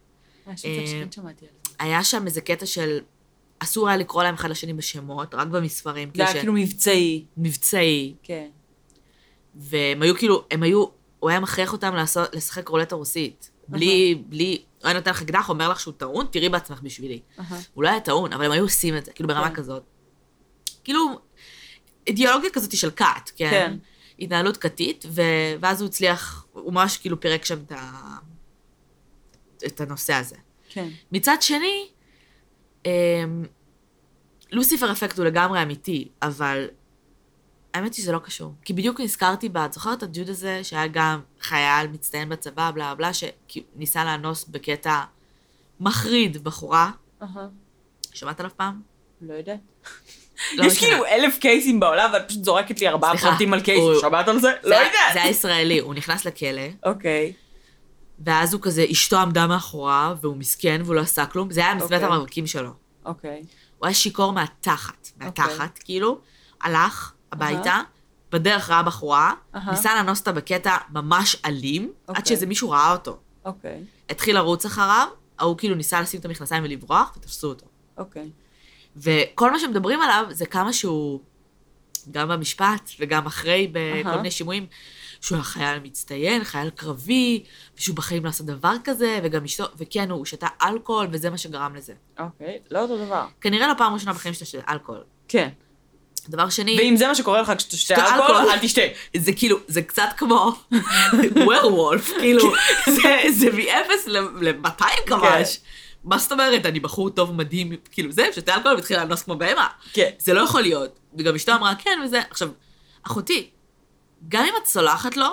היה שם איזה קטע של, אסור היה לקרוא להם אחד לשני בשמות, רק במספרים. זה היה כאילו מבצעי. מבצעי. כן. והם היו כאילו, הוא היה מכריח אותם לשחק רולטה רוסית. בלי, הוא היה נותן לך אקדח, אומר לך שהוא טעון, תראי בעצמך בשבילי. הוא לא היה טעון, אבל הם היו עושים את זה, כאילו ברמה כזאת. כאילו, אידיאולוגיה כזאת של קאט, כן? התנהלות קאטית, ואז הוא הצליח, הוא ממש כאילו פירק שם את הנושא הזה. כן. מצד שני, לוסיפר אפקט הוא לגמרי אמיתי, אבל האמת היא שזה לא קשור. כי בדיוק נזכרתי בה, את זוכרת את הג'וד הזה, שהיה גם חייל מצטיין בצבא, בלה בלה, שניסה לאנוס בקטע מחריד בחורה. שמעת עליו פעם? לא יודעת. יש כאילו 1,000 קייסים בעולם, ואת פשוט זורקת לי 4 פרטים על קייס. שמעת על זה? לא יודעת. זה היה ישראלי, הוא נכנס לכלא. אוקיי. ואז הוא כזה, אשתו עמדה מאחוריו, והוא מסכן, והוא לא עשה כלום. זה היה מסוות המרווקים שלו. אוקיי. הוא היה שיקור מהתחת, כאילו, הלך הביתה, בדרך ראה בחורה, ניסה לאנוס אותה בקטע ממש אלים, עד שאיזה מישהו ראה אותו. אוקיי. התחיל לרוץ אחריו, הוא כאילו ניסה לשים את המכנסיים ולברוח, ותפסו אותו. אוקיי. וכל מה שמדברים עליו, זה כמה שהוא, גם במשפט, וגם אחרי, בכל מיני שימועים, שהוא היה חייל מצטיין, חייל קרבי, ושהוא בחיים לא עשה דבר כזה, וגם אשתו, וכן, הוא שתה אלכוהול, וזה מה שגרם לזה. אוקיי, לא אותו דבר. כנראה לא פעם ראשונה בחיים שאתה שתה אלכוהול. כן. דבר שני... ואם זה מה שקורה לך כשאתה שתה אלכוהול, אל תשתה. זה כאילו, זה קצת כמו ווירולף, כאילו, זה מ-0 ל-200 כמש. מה זאת אומרת? אני בחור טוב מדהים, כאילו זה, שתה אלכוהול והתחיל לאנוס כמו בהמה. כן. זה לא יכול להיות. וגם אשתו אמרה, כן, וזה. עכשיו, אחותי, גם אם את סולחת לו,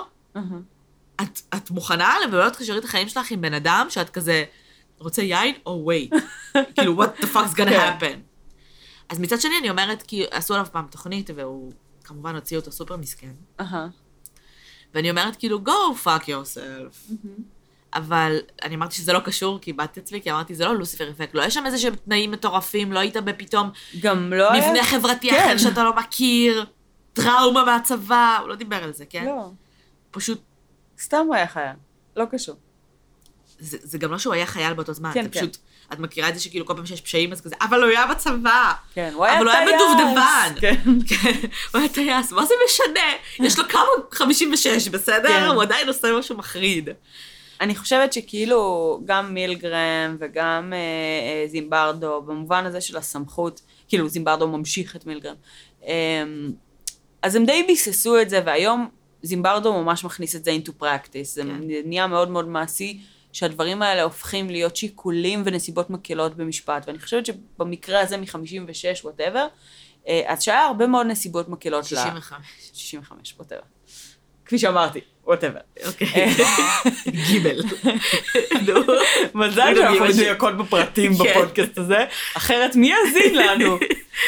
את מוכנה לבלות את חשרית החיים שלך עם בן אדם שאת כזה רוצה יין או wait? כאילו, what the fuck's gonna happen? אז מצד שני אני אומרת, כי עשו עליו פעם תוכנית, והוא כמובן הוציא אותו סופר מסכן. ואני אומרת כאילו, go fuck yourself. אבל אני אמרתי שזה לא קשור, כי באתי עצמי, כי אמרתי, זה לא לוסיפר אפקט, לא יש שם איזה שהם תנאים מטורפים, לא היית בפתאום מבנה חברתי אחר שאתה לא מכיר, טראומה מהצבא, הוא לא דיבר על זה, כן? לא. פשוט... סתם הוא היה חייל, לא קשור. זה גם לא שהוא היה חייל באותו זמן, זה פשוט, את מכירה את זה שכאילו כל פעם שיש פשעים, אז כזה, אבל הוא היה בצבא. כן, הוא היה טייס. אבל הוא היה בדובדבן. כן, הוא היה טייס, מה זה משנה? יש לו כמה 56, בסדר? הוא עדיין עושה משהו מחריד. אני חושבת שכאילו גם מילגרם וגם זימברדו, במובן הזה של הסמכות, כאילו זימברדו ממשיך את מילגרם, אז הם די ביססו את זה, והיום זימברדו ממש מכניס את זה into practice, זה נהיה מאוד מאוד מעשי, שהדברים האלה הופכים להיות שיקולים ונסיבות מקלות במשפט, ואני חושבת שבמקרה הזה מ-56, whatever, אז שהיה הרבה מאוד נסיבות מקלות 65, whatever. כפי שאמרתי, whatever. אוקיי. גיבל. מזל שאנחנו מדויקות בפרטים בפודקאסט הזה, אחרת מי יאזין לנו?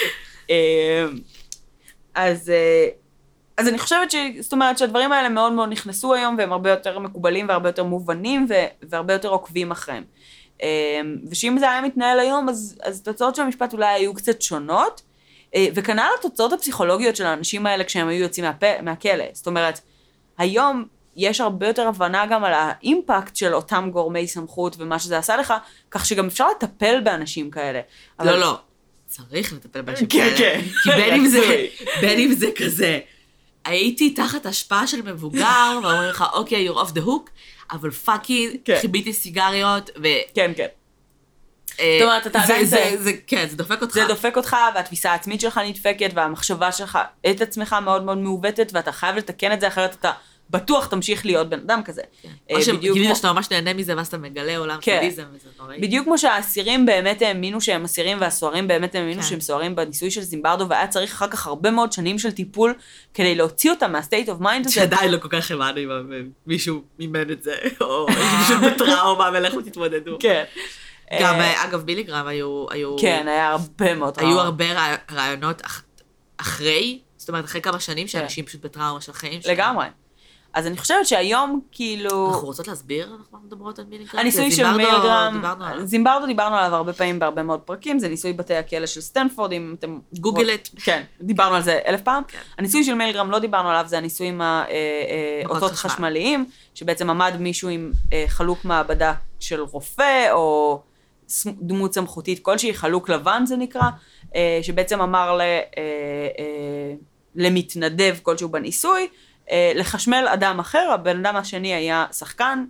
אז אני חושבת זאת אומרת שהדברים האלה מאוד מאוד נכנסו היום, והם הרבה יותר מקובלים והרבה יותר מובנים, והרבה יותר עוקבים אחריהם. ושאם זה היה מתנהל היום, אז תוצאות של המשפט אולי היו קצת שונות, וכנ"ל התוצאות הפסיכולוגיות של האנשים האלה כשהם היו יוצאים מהכלא. זאת אומרת, היום יש הרבה יותר הבנה גם על האימפקט של אותם גורמי סמכות ומה שזה עשה לך, כך שגם אפשר לטפל באנשים כאלה. לא. צריך לטפל באנשים כאלה. כן. כי בין אם זה כזה, הייתי תחת השפעה של מבוגר, ואומרים לך, אוקיי, you're off the hook, אבל פאקינג, חיביתי סיגריות, כן. זאת אומרת, אתה עדיין כן, זה דופק אותך. זה דופק אותך, והתפיסה העצמית שלך נדפקת, והמחשבה שלך את עצמך מאוד מאוד מעוותת, ואתה חייב לתקן את זה, אחרת אתה בטוח תמשיך להיות בן אדם כזה. או שגילים שאתה ממש נהנה מזה, ואז אתה מגלה עולם סדיזם, וזה נוראי. בדיוק כמו שהאסירים באמת האמינו שהם אסירים, והסוהרים באמת האמינו שהם סוהרים בניסוי של זימברדו, והיה צריך אחר כך הרבה מאוד שנים של טיפול, כדי להוציא אותם מה-state of mind הזה. שעדיין לא כל כך הבנו אם מישהו מימן את זה, או מישהו בטראומה, ולכו תתמודדו. כן. גם, אגב, מילגרם היו... כן, היה הרבה מאוד טראומה. היו הרבה רעיונות אחרי, זאת אומרת, אחרי כמה שנים, שאנשים פשוט בטראומה של חיים. לגמרי. אז אני חושבת שהיום, כאילו... אנחנו רוצות להסביר? אנחנו מדברות על מילגרם? הניסוי של מילגרם, זימברדו דיברנו עליו הרבה פעמים בהרבה מאוד פרקים, זה ניסוי בתי הכלא של סטנפורד, אם אתם... גוגל את. כן, דיברנו על זה 1000 פעם. הניסוי של מילגרם לא דיברנו עליו, זה הניסויים האותות חשמליים, שבעצם עמד מישהו עם חלוק מעבדה של רופא, או דמות סמכותית כלשהי, חלוק לבן זה נקרא, שבעצם אמר למתנדב כלשהו בניסוי, לחשמל אדם אחר, הבן אדם השני היה שחקן,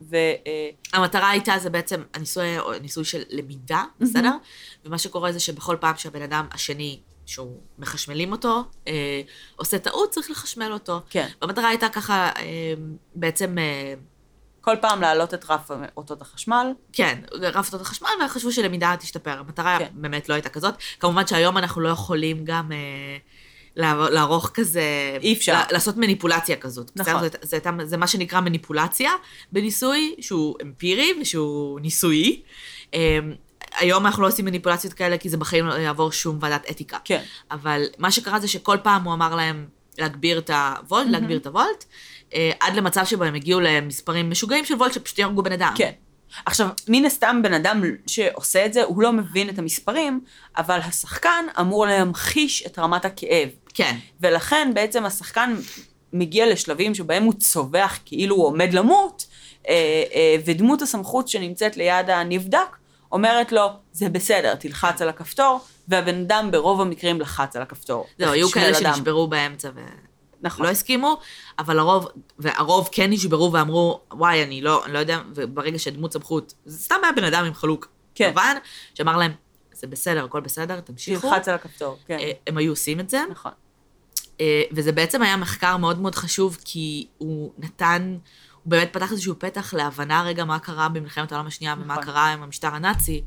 המטרה הייתה, זה בעצם הניסוי של למידה, בסדר? ומה שקורה זה שבכל פעם שהבן אדם השני, שהוא מחשמלים אותו, עושה טעות, צריך לחשמל אותו. כן. והמטרה הייתה ככה, בעצם... כל פעם להעלות את רף אותות החשמל. כן, רף אותות החשמל, וחשבו שלמידה תשתפר. המטרה באמת לא הייתה כזאת. כמובן שהיום אנחנו לא יכולים גם... לערוך כזה, אי אפשר. לעשות מניפולציה כזאת. נכון. זה מה שנקרא מניפולציה בניסוי, שהוא אמפירי ושהוא ניסויי. היום אנחנו לא עושים מניפולציות כאלה, כי זה בחיים לא יעבור שום ועדת אתיקה. כן. אבל מה שקרה זה שכל פעם הוא אמר להם להגביר את הוולט, להגביר את הוולט, עד למצב שבו הם הגיעו למספרים משוגעים של וולט שפשוט ירגו בן אדם. כן. עכשיו, מן הסתם בן אדם שעושה את זה, הוא לא מבין את המספרים, אבל השחקן אמור להמחיש את רמת הכאב. כן. ולכן בעצם השחקן מגיע לשלבים שבהם הוא צובח כאילו הוא עומד למות, ודמות הסמכות שנמצאת ליד הנבדק, אומרת לו, זה בסדר, תלחץ על הכפתור, והבן אדם ברוב המקרים לחץ על הכפתור. זהו, היו כאלה שנשברו באמצע לא הסכימו, אבל הרוב כן נשברו ואמרו, וואי, אני לא יודע, וברגע שדמות סמכות, זה סתם היה בן אדם עם חלוק לבן, שאמר להם, זה בסדר, הכל בסדר, תמשיכו. תלחץ על הכפתור, כן. הם היו עושים את זה. נכון. וזה בעצם היה מחקר מאוד מאוד חשוב, כי הוא באמת פתח איזשהו פתח להבנה רגע מה קרה במלחמת העולם השנייה, ומה קרה עם המשטר הנאצי,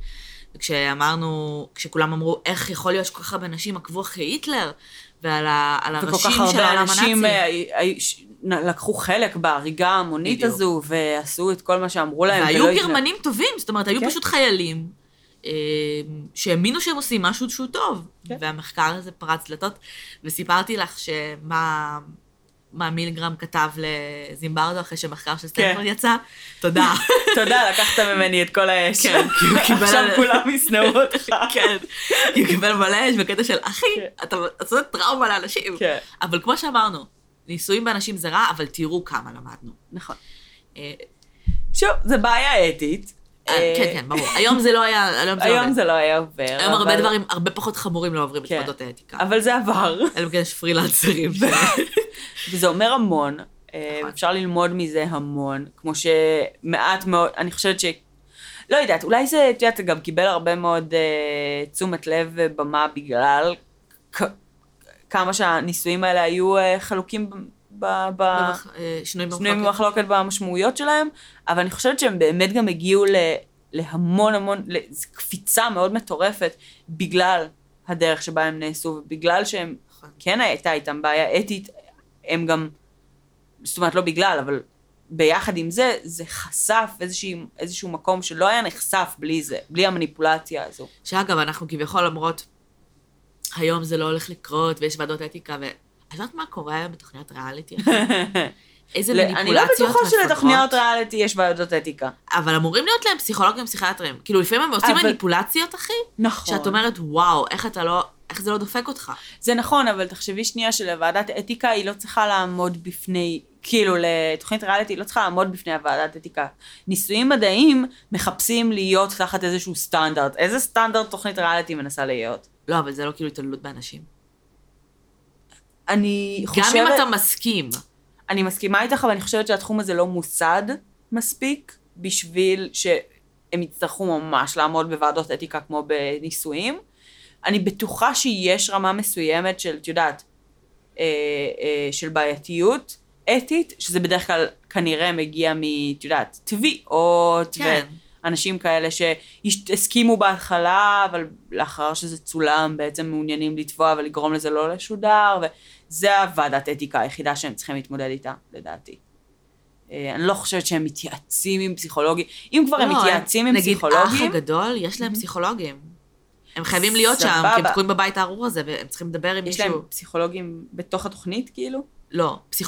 כשכולם אמרו, איך יכול להיות שכל כך הרבה אנשים עקבו אחרי היטלר, ועל הראשים של העולם הנאצי. וכל כך הרבה אנשים לקחו חלק בהריגה המונית הזו, ועשו את כל מה שאמרו להם. והיו גרמנים טובים, זאת אומרת, היו פשוט חיילים, שהאמינו שהם עושים משהו שהוא טוב. והמחקר הזה פרץ דלתות, וסיפרתי לך מה מילגרם כתב לזימברדו אחרי שמחקר של סטנפורד יצא. תודה. תודה, לקחת ממני את כל האש. כן, עכשיו כולם יסנאו אותך. כן, כי הוא קיבל מלא אש בקטע של, אחי, אתה עושה טראומה לאנשים. אבל כמו שאמרנו, ניסויים באנשים זה רע, אבל תראו כמה למדנו. נכון. שוב, זה בעיה אתית. כן, ברור. היום זה לא היה... היום זה לא היה עובר. היום הרבה דברים, הרבה פחות חמורים לא עוברים את ועדות האתיקה. אבל זה עבר. אלא כן יש פרילנסרים. וזה אומר המון, אפשר ללמוד מזה המון, כמו שמעט מאוד, אני חושבת לא יודעת, אולי זה, את יודעת, גם קיבל הרבה מאוד תשומת לב ובמה בגלל כמה שהניסויים האלה היו חלוקים שנויים במחלוקת במשמעויות שלהם, אבל אני חושבת שהם באמת גם הגיעו להמון המון, קפיצה מאוד מטורפת, בגלל הדרך שבה הם נעשו, ובגלל שהם, כן הייתה איתם בעיה אתית, הם גם, זאת אומרת לא בגלל, אבל ביחד עם זה, זה חשף איזשהו מקום שלא היה נחשף בלי זה, בלי המניפולציה הזו. שאגב, אנחנו כביכול אומרות, היום זה לא הולך לקרות, ויש ועדות אתיקה, את יודעת מה קורה בתוכניות ריאליטי? איזה מניפולציות אני לא בטוחה שלתוכניות ריאליטי יש ועדות אתיקה. אבל אמורים להיות להם פסיכולוגים פסיכיאטרים. כאילו לפעמים הם עושים מניפולציות, אחי. נכון. שאת אומרת, וואו, איך זה לא דופק אותך? זה נכון, אבל תחשבי שנייה שלוועדת אתיקה היא לא צריכה לעמוד בפני, כאילו לתוכנית ריאליטי היא לא צריכה לעמוד בפני הוועדת אתיקה. ניסויים מדעיים מחפשים להיות תחת איזשהו סטנדרט. איזה סטנדרט תוכנית ריאליטי מנסה להיות? לא, אבל זה לא כאילו התעללות באנשים. אני חושבת... גם אם אתה מסכים. אני מסכימה איתך, אבל אני חושבת שהתחום הזה לא מוסד מספיק, בשביל שהם יצטרכו ממש לעמוד בוועדות אתיקה כמו בניסויים. אני בטוחה שיש רמה מסוימת של, את יודעת, של בעייתיות אתית, שזה בדרך כלל כנראה מגיע את יודעת, תביעות, כן. ואנשים כאלה שהסכימו בהתחלה, אבל לאחר שזה צולם, בעצם מעוניינים לתבוע ולגרום לזה לא לשודר, וזה הוועדת אתיקה היחידה שהם צריכים להתמודד איתה, לדעתי. אני לא חושבת שהם מתייעצים עם פסיכולוגים. אם כבר הם מתייעצים עם פסיכולוגים... נגיד, אח הגדול, יש להם פסיכולוגים. הם חייבים להיות שם, כי הם תקועים בבית הארור הזה, והם צריכים לדבר עם מישהו. יש להם פסיכולוגים בתוך התוכנית, כאילו? לא,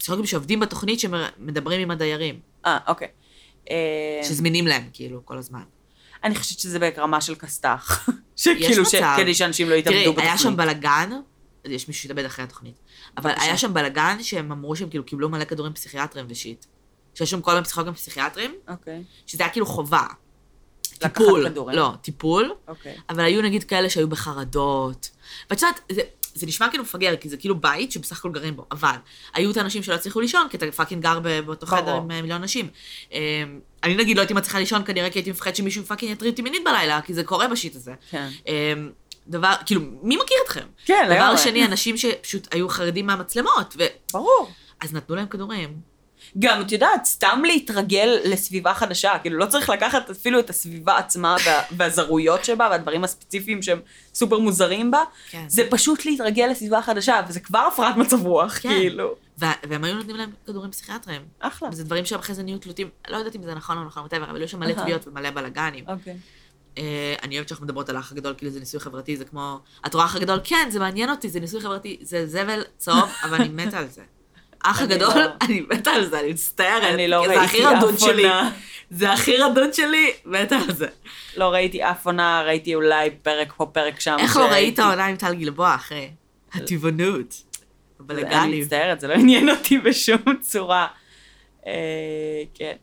פסיכולוגים שעובדים בתוכנית שמדברים עם הדיירים. אוקיי. שזמינים להם, כאילו, כל הזמן. אני חושבת שזה ברמה של כסת"ח. שכאילו, כדי שאנשים לא יתעבדו בתוכנית. תראי, היה שם בלגן, יש מישהו שהתאבד אחרי התוכנית, אבל היה שם בלגן שהם אמרו שהם כאילו קיבלו מלא כדורים פסיכיאטרים ושיט. שיש שם כל מיני פסיכולוגים פסיכיאטרים, שזה היה כאילו חובה. טיפול. לא, טיפול. אבל היו נגיד כאלה שהיו בחרדות. ואת יודעת, זה נשמע כאילו מפגר, כי זה כאילו בית שבסך הכל גרים בו, אבל היו את האנשים שלא הצליחו לישון, כי אתה פאקינג גר באותו חדר עם מיליון אנשים. אני נגיד לא הייתי מצליחה לישון, כנראה כי הייתי מפחד שמישהו פאקינג יטריד אותי מינית בלילה, כי זה קורה בשיט הזה. דבר, כאילו, מי מכיר אתכם? כן, לגמרי. דבר שני, אנשים שפשוט היו חרדים מהמצלמות, ברור. אז נתנו להם כדורים. גם, את יודעת, סתם להתרגל לסביבה חדשה, כאילו לא צריך לקחת אפילו את הסביבה עצמה והזרויות שבה, והדברים הספציפיים שהם סופר מוזרים בה, זה פשוט להתרגל לסביבה חדשה, וזה כבר הפרעת מצב רוח, כאילו. והם היו נותנים להם כדורים פסיכיאטריים. אחלה. וזה דברים שאחרי זה נהיו תלותים, לא יודעת אם זה נכון או נכון, אבל היו שם מלא תביעות ומלא בלגנים. אוקיי. אני אוהבת שאנחנו מדברות על האח הגדול, כאילו זה ניסוי חברתי, זה כמו, את רואה האח הגדול, כן, זה מעניין אותי, זה ניסוי חברתי, זה זבל צהוב, אבל אני מתה על זה. האח הגדול, אני מתה על זה, אני מצטערת. אני לא ראיתי אף עונה. זה הכי רדוד שלי, מתה על זה. לא ראיתי אף עונה, ראיתי אולי פרק פה, פרק שם. איך לא ראית עונה עם טל גלבוע אחרי? הטבעונות. הבלגנים. אני מצטערת, זה לא עניין אותי בשום צורה. כן.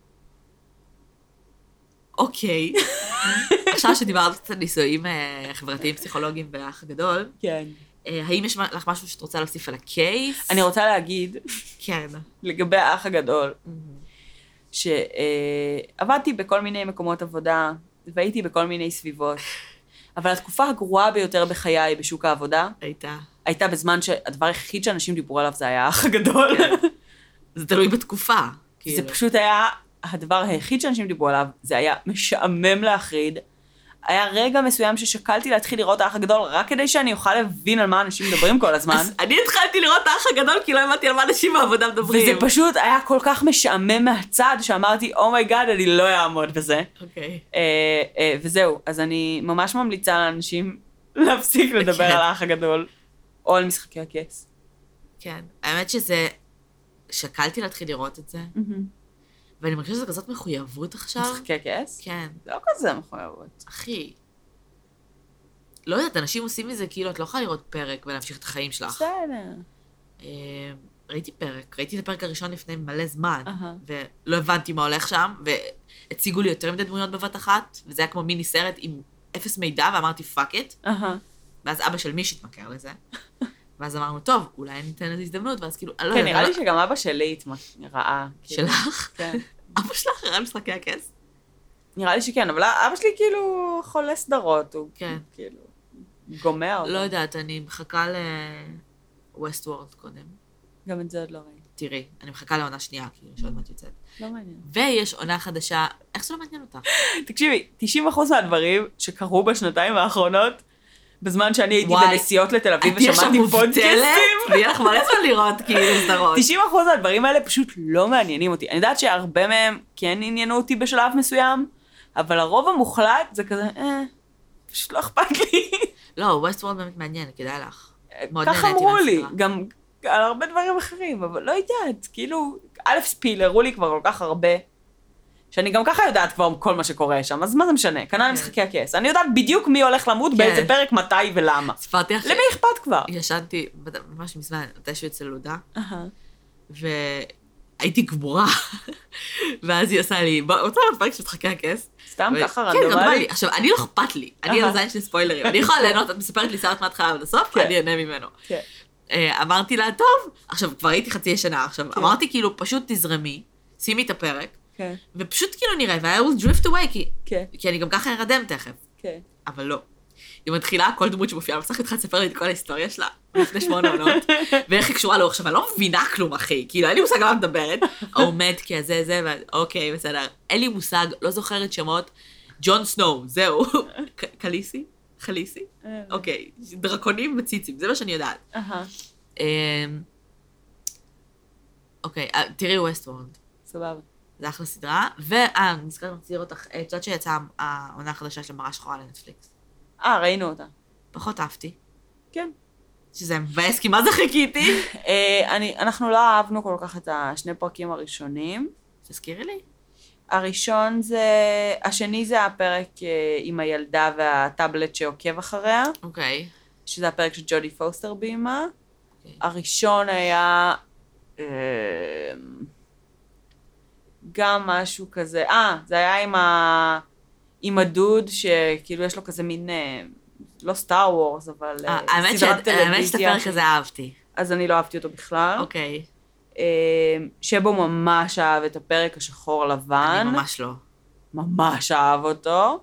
אוקיי. עכשיו שדיברת על ניסויים חברתיים פסיכולוגיים באח הגדול, כן. האם יש לך משהו שאת רוצה להוסיף על הקייס? אני רוצה להגיד, כן. לגבי האח הגדול, שעבדתי בכל מיני מקומות עבודה, והייתי בכל מיני סביבות, אבל התקופה הגרועה ביותר בחיי בשוק העבודה, הייתה בזמן שהדבר היחיד שאנשים דיברו עליו זה היה האח הגדול. זה תלוי בתקופה. זה פשוט היה הדבר היחיד שאנשים דיברו עליו, זה היה משעמם להחריד. היה רגע מסוים ששקלתי להתחיל לראות האח הגדול, רק כדי שאני אוכל להבין על מה אנשים מדברים כל הזמן. אז אני התחלתי לראות האח הגדול, כי לא הבנתי על מה אנשים בעבודה מדברים. וזה פשוט היה כל כך משעמם מהצד, שאמרתי, אומייגאד, אני לא אעמוד בזה. אוקיי. וזהו, אז אני ממש ממליצה לאנשים להפסיק לדבר על האח הגדול, או על משחקי הכס. כן, האמת שזה, שקלתי להתחיל לראות את זה, ואני מרגישה שזה כזאת מחויבות עכשיו. משחקי כס? כן. זה לא כזה מחויבות. אחי. לא יודעת, אנשים עושים מזה כאילו, את לא יכולה לראות פרק ולהמשיך את החיים שלך. בסדר. ראיתי את הפרק הראשון לפני מלא זמן, ולא הבנתי מה הולך שם, והציגו לי יותר מדי דמויות בבת אחת, וזה היה כמו מיני סרט עם אפס מידע, ואמרתי פאק איט. ואז אבא של מישהו התמכר לזה. ואז אמרנו, טוב, אולי ניתן לזה הזדמנות, ואז כאילו, כן, נראה לי שגם אבא שלי ראה. שלך? כן. אבא שלך ראה משחקי הכס? נראה לי שכן, אבל אבא שלי כאילו חולה סדרות, הוא כאילו גומר. לא יודעת, אני מחכה ל-West World קודם. גם את זה עוד לא ראיתי. תראי, אני מחכה לעונה שנייה, כאילו, שעוד מעט יוצאת. לא מעניין. ויש עונה חדשה, איך זה לא מעניין אותך? תקשיבי, 90% מהדברים שקרו בשנתיים האחרונות, בזמן שאני הייתי בנסיעות לתל אביב ושמעתי פודקאסטים. ויהיה לך מלא זמן לראות כאילו סדרות. 90% מהדברים האלה פשוט לא מעניינים אותי. אני יודעת שהרבה מהם כן עניינו אותי בשלב מסוים, אבל הרוב המוחלט זה כזה, פשוט לא אכפת לי. לא, West World באמת מעניין, כדאי לך. ככה אמרו לי, גם על הרבה דברים אחרים, אבל לא יודעת, כאילו, א' ספיל, הראו לי כבר כל כך הרבה, שאני גם ככה יודעת כבר כל מה שקורה שם, אז מה זה משנה? כנראה משחקי הכס. אני יודעת בדיוק מי הולך למות, באיזה פרק, מתי ולמה. ספרתי אחרי. למי אכפת כבר? ישנתי, ממש מזמן, מתישהו אצל לודה, והייתי גמורה, ואז היא עושה לי, רוצה לראות פרק של משחקי הכס? סתם ככה רנדומלי? עכשיו, אני לא אכפת לי, אני על הזין של ספוילרים, אני יכולה ליהנות, את מספרת לי סרט מההתחלה עד הסוף, אני אהנה ממנו. אמרתי לה, טוב, עכשיו כבר הייתי חצי שנה, עכשיו אמרתי כאילו, פשוט תזרמי, שימי את הפרק, ופשוט כאילו נראה, והיה will drift away, כי אני גם ככה ארדם תכף. אבל לא. היא מתחילה, כל דמות שמופיעה, בסך התחילה לספר לי את כל ההיסטוריה שלה, לפני 8 עונות, ואיך היא קשורה לו. עכשיו, אני לא מבינה כלום, אחי, כאילו, אין לי מושג על מה מדברת, עומד כזה, אוקיי, בסדר. אין לי מושג, לא זוכרת שמות, ג'ון סנואו, זהו. קליסי? חליסי? אוקיי, דרקונים וציצים, זה מה שאני יודעת. אוקיי, תראי ווסט וורלד. סבבה. זה אחלה סדרה, אני נזכרת מחזיר אותך, את יודעת שיצאה העונה החדשה של מראה שחורה לנטפליקס. ראינו אותה. פחות אהבתי. כן. שזה מבאס, כי מה זה חיכיתי? אנחנו לא אהבנו כל כך את השני פרקים הראשונים. תזכירי לי. השני זה הפרק עם הילדה והטאבלט שעוקב אחריה. אוקיי. שזה הפרק של ג'ודי פוסטר בימה. הראשון היה גם משהו כזה, זה היה עם הדוד שכאילו יש לו כזה מין, לא סטאר וורס, אבל סדרת טלוויזיה. האמת שאת הפרק הזה אהבתי. אז אני לא אהבתי אותו בכלל. אוקיי. שבו ממש אהב את הפרק השחור לבן. אני ממש לא. ממש אהב אותו.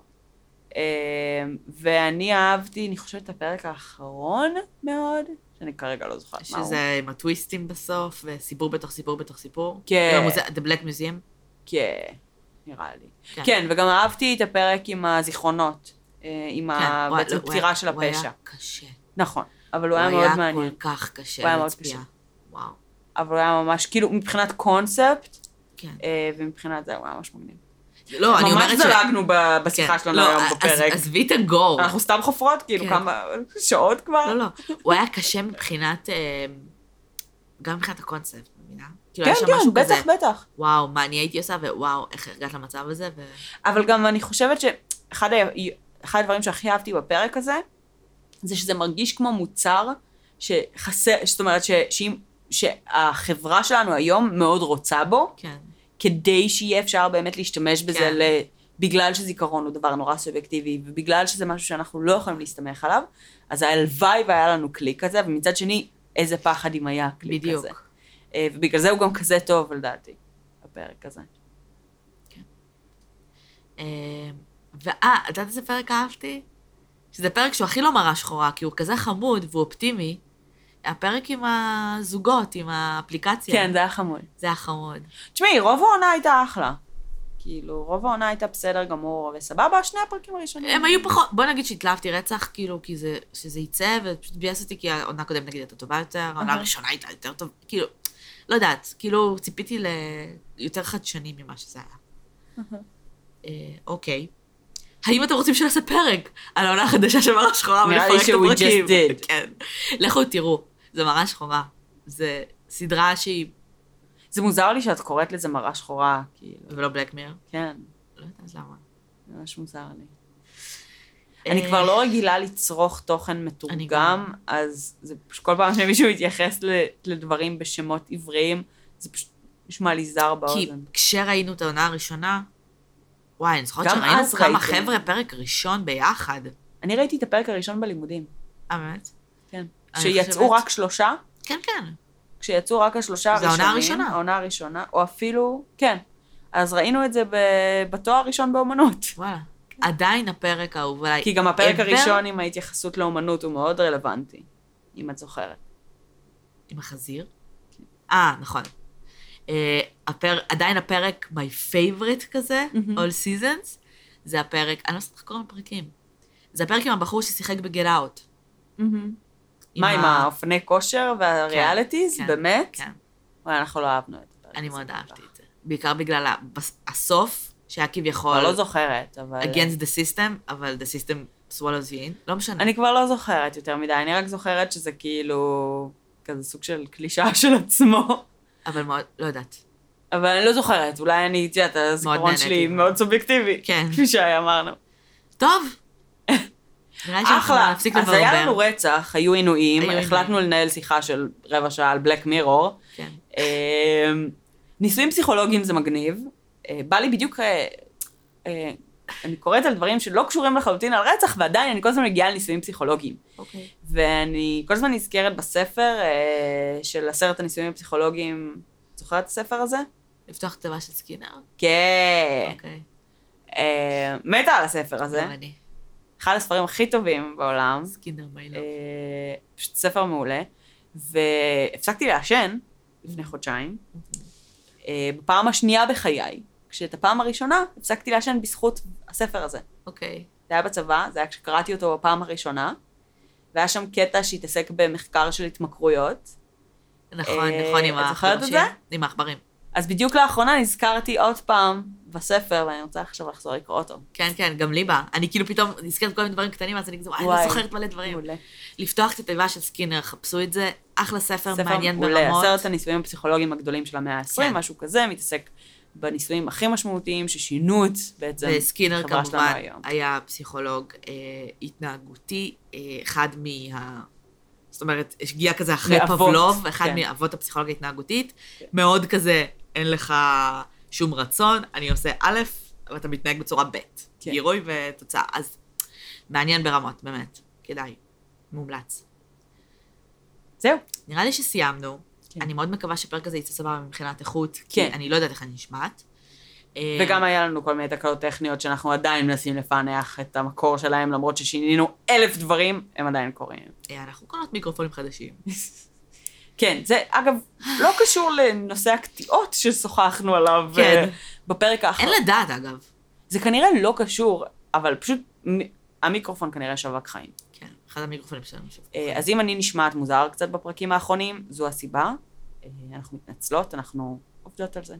ואני אהבתי, אני חושבת, את הפרק האחרון מאוד, שאני כרגע לא זוכרת מהו. שזה עם הטוויסטים בסוף, וסיפור בתוך סיפור בתוך סיפור. כן. The Black Museum. כן, נראה לי. כן, וגם אהבתי את הפרק עם הזיכרונות, עם הפטירה של הפשע. הוא היה קשה. נכון, אבל הוא היה מאוד מעניין. הוא היה כל כך קשה להצביע. וואו. אבל הוא היה ממש, כאילו, מבחינת קונספט, כן. ומבחינת זה, הוא היה ממש מגניב. לא, אני אומרת ממש זלגנו בשיחה שלנו היום בפרק. עזבי את הגור. אנחנו סתם חופרות, כאילו, כמה שעות כבר. לא, הוא היה קשה מבחינת, גם מבחינת הקונספט, מבינה? כן, בטח. וואו, מה אני הייתי עושה, ווואו, איך הרגעת למצב הזה. אבל גם אני חושבת שאחד הדברים שהכי אהבתי בפרק הזה, זה שזה מרגיש כמו מוצר שחסר, זאת אומרת שהחברה שלנו היום מאוד רוצה בו, כן. כדי שיהיה אפשר באמת להשתמש בזה, בגלל שזיכרון הוא דבר נורא סובייקטיבי, ובגלל שזה משהו שאנחנו לא יכולים להסתמך עליו, אז הלוואי והיה לנו קליק כזה, ומצד שני, איזה פחד אם היה קליק כזה. בדיוק. ובגלל זה הוא גם כזה טוב, לדעתי, הפרק הזה. כן. יודעת איזה פרק אהבתי? שזה פרק שהוא הכי לא מראה שחורה, כי הוא כזה חמוד והוא אופטימי, הפרק עם הזוגות, עם האפליקציה. כן, זה היה חמוד. זה היה חמוד. תשמעי, רוב העונה הייתה אחלה. כאילו, רוב העונה הייתה בסדר גמור, וסבבה, שני הפרקים הראשונים. הם היו פחות, בוא נגיד שהתלהבתי רצח, כאילו, כי שזה יצא, ופשוט ביאס אותי, כי העונה הקודמת נגיד הייתה טובה יותר, העונה הראשונה הייתה יותר טוב, כאילו, לא יודעת, כאילו, ציפיתי ליותר חדשני ממה שזה היה. אוקיי. האם אתם רוצים שנעשה פרק על העונה החדשה של מראה שחורה? נראה לי שהוא just did. כן. לכו תראו, זה מראה שחורה. זה סדרה שהיא... זה מוזר לי שאת קוראת לזה מראה שחורה, כאילו. ולא בלק מיר? כן. לא יודעת אז למה. זה ממש מוזר לי. אני כבר לא רגילה לצרוך תוכן מתורגם, אז זה פשוט כל פעם שמישהו מתייחס לדברים בשמות עבריים, זה פשוט נשמע לי זר באוזן. כי כשראינו את העונה הראשונה, וואי, אני זוכרת שראינו כמה חבר'ה פרק ראשון ביחד. אני ראיתי את הפרק הראשון בלימודים. באמת? כן. כשיצאו רק 3? כן, כן. כשיצאו רק 3 הראשונים. זה העונה הראשונה. העונה הראשונה, או אפילו, כן. אז ראינו את זה בתואר הראשון באומנות. וואלה. עדיין הפרק האהוב עליי. כי גם הפרק הראשון עם ההתייחסות לאומנות הוא מאוד רלוונטי, אם את זוכרת. עם החזיר? נכון. עדיין הפרק my favorite כזה, all seasons, זה הפרק, אני לא יודעת איך קוראים לפרקים, זה הפרק עם הבחור ששיחק בגט אאוט. מה, עם האופני כושר והריאליטיז? באמת? כן. וואי, אנחנו לא אהבנו את הפרק. אני מאוד אהבתי את זה. בעיקר בגלל הסוף, שהיה כביכול... לא זוכרת, אבל... against the system, אבל the system swallows you in, לא משנה. אני כבר לא זוכרת יותר מדי, אני רק זוכרת שזה כאילו כזה סוג של קלישה של עצמו. אבל מאוד, לא יודעת. אבל אני לא זוכרת, אולי אני, תדעת, הזיכרון שלי מאוד סובייקטיבי. כן. כפי שאמרנו. טוב. אחלה. אז היה לנו רצח, היו עינויים, החלטנו לנהל שיחה של רבע שעה על בלק מירור. כן. ניסויים פסיכולוגיים זה מגניב. בא לי בדיוק, אני קוראת על דברים שלא קשורים לחלוטין על רצח, ועדיין אני כל הזמן מגיעה לניסויים פסיכולוגיים. אוקיי. ואני כל הזמן נזכרת בספר של 10 הניסויים הפסיכולוגיים, זוכרת את הספר הזה? לפתוח כתבה של סקינר? כן. אוקיי. מתה על הספר הזה. גם אני. אחד הספרים הכי טובים בעולם. סקינר מיילוב. פשוט ספר מעולה. והפסקתי לעשן לפני חודשיים. בפעם השנייה בחיי, כשאת הפעם הראשונה הפסקתי לעשן בזכות הספר הזה. אוקיי. זה היה בצבא, זה היה כשקראתי אותו בפעם הראשונה, והיה שם קטע שהתעסק במחקר של התמכרויות. נכון, עם את זוכרת את זה? עם העכברים. אז בדיוק לאחרונה נזכרתי עוד פעם בספר, ואני רוצה עכשיו לחזור לקרוא אותו. כן, כן, גם לי בא. אני כאילו פתאום נזכרת כל מיני דברים קטנים, אז אני כזה, וואי, אני זוכרת מלא דברים. לפתוח את התיבה של סקינר, חפשו את זה, אחלה ספר, מעניין ברמות. ספר 10 הניסויים הפסיכולוגיים הגדולים של המאה ה-20, משהו כזה, מתעסק בניסויים הכי משמעותיים ששינו את בעצם וסקינר כמובן היה פסיכולוג התנהגותי, אחד זאת אומרת, הגיע כזה אחרי פבלוב, אחד מאבות הפסיכולוגיה ההתנהגותית, מאוד כזה, אין לך שום רצון, אני עושה א', ואתה מתנהג בצורה ב', גירוי ותוצאה. אז מעניין ברמות, באמת, כדאי, מומלץ. זהו. נראה לי שסיימנו. אני מאוד מקווה שפרק הזה יצא סבבה מבחינת איכות, כי אני לא יודעת איך אני נשמעת. וגם היה לנו כל מיני תקלות טכניות שאנחנו עדיין מנסים לפענח את המקור שלהם, למרות ששינינו 1000 דברים, הם עדיין קוראים. אנחנו קונות מיקרופונים חדשים. כן, זה אגב לא קשור לנושא הקטיעות ששוחחנו עליו בפרק האחרון. אין לדעת אגב. זה כנראה לא קשור, אבל פשוט המיקרופון כנראה שווק חיים. כן, אחד המיקרופונים שלנו שווק. אז אם אני נשמעת מוזר קצת בפרקים האחרונים, זו הסיבה. אנחנו מתנצלות, אנחנו עובדות על זה.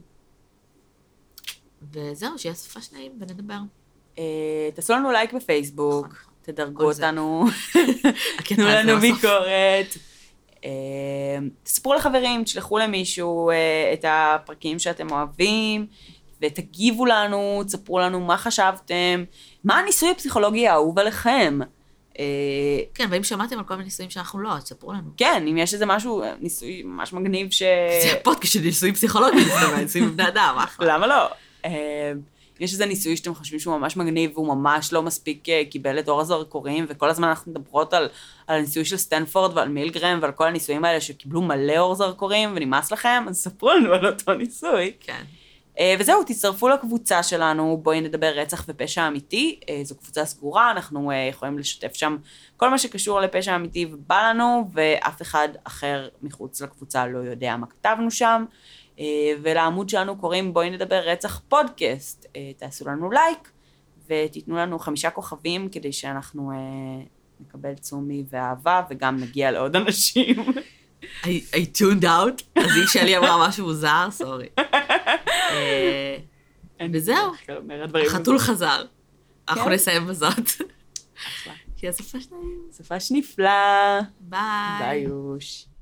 וזהו, שיהיה סופה שניים ונדבר. תעשו לנו לייק בפייסבוק, תדרגו אותנו, תנו לנו ביקורת. תספרו לחברים, תשלחו למישהו את הפרקים שאתם אוהבים, ותגיבו לנו, תספרו לנו מה חשבתם, מה הניסוי הפסיכולוגי האהוב עליכם. כן, ואם שמעתם על כל מיני ניסויים שאנחנו לא, תספרו לנו. כן, אם יש איזה משהו, ניסוי ממש מגניב זה הפודקאסט של ניסויים פסיכולוגיים, ניסויים בבני אדם, אחלה. למה לא? יש איזה ניסוי שאתם חושבים שהוא ממש מגניב, והוא ממש לא מספיק קיבל את אור הזרקורים, וכל הזמן אנחנו מדברות על הניסוי של סטנפורד ועל מילגרם, ועל כל הניסויים האלה שקיבלו מלא אור זרקורים, ונמאס לכם, אז ספרו לנו על אותו ניסוי. כן. וזהו, תצטרפו לקבוצה שלנו, בואי נדבר רצח ופשע אמיתי, זו קבוצה סגורה, אנחנו יכולים לשתף שם כל מה שקשור לפשע אמיתי ובא לנו, ואף אחד אחר מחוץ לקבוצה לא יודע מה כתבנו שם, ולעמוד שלנו קוראים בואי נדבר רצח פודקאסט, תעשו לנו לייק, ותיתנו לנו 5 כוכבים, כדי שאנחנו נקבל צומי ואהבה, וגם נגיע לעוד אנשים. I tuned out, אז היא שלי אמרה משהו מוזר, סורי. וזהו, החתול חזר. אנחנו נסיים בזאת. כי הסופה שניים. סופה שנפלא. ביי. ביי יוש.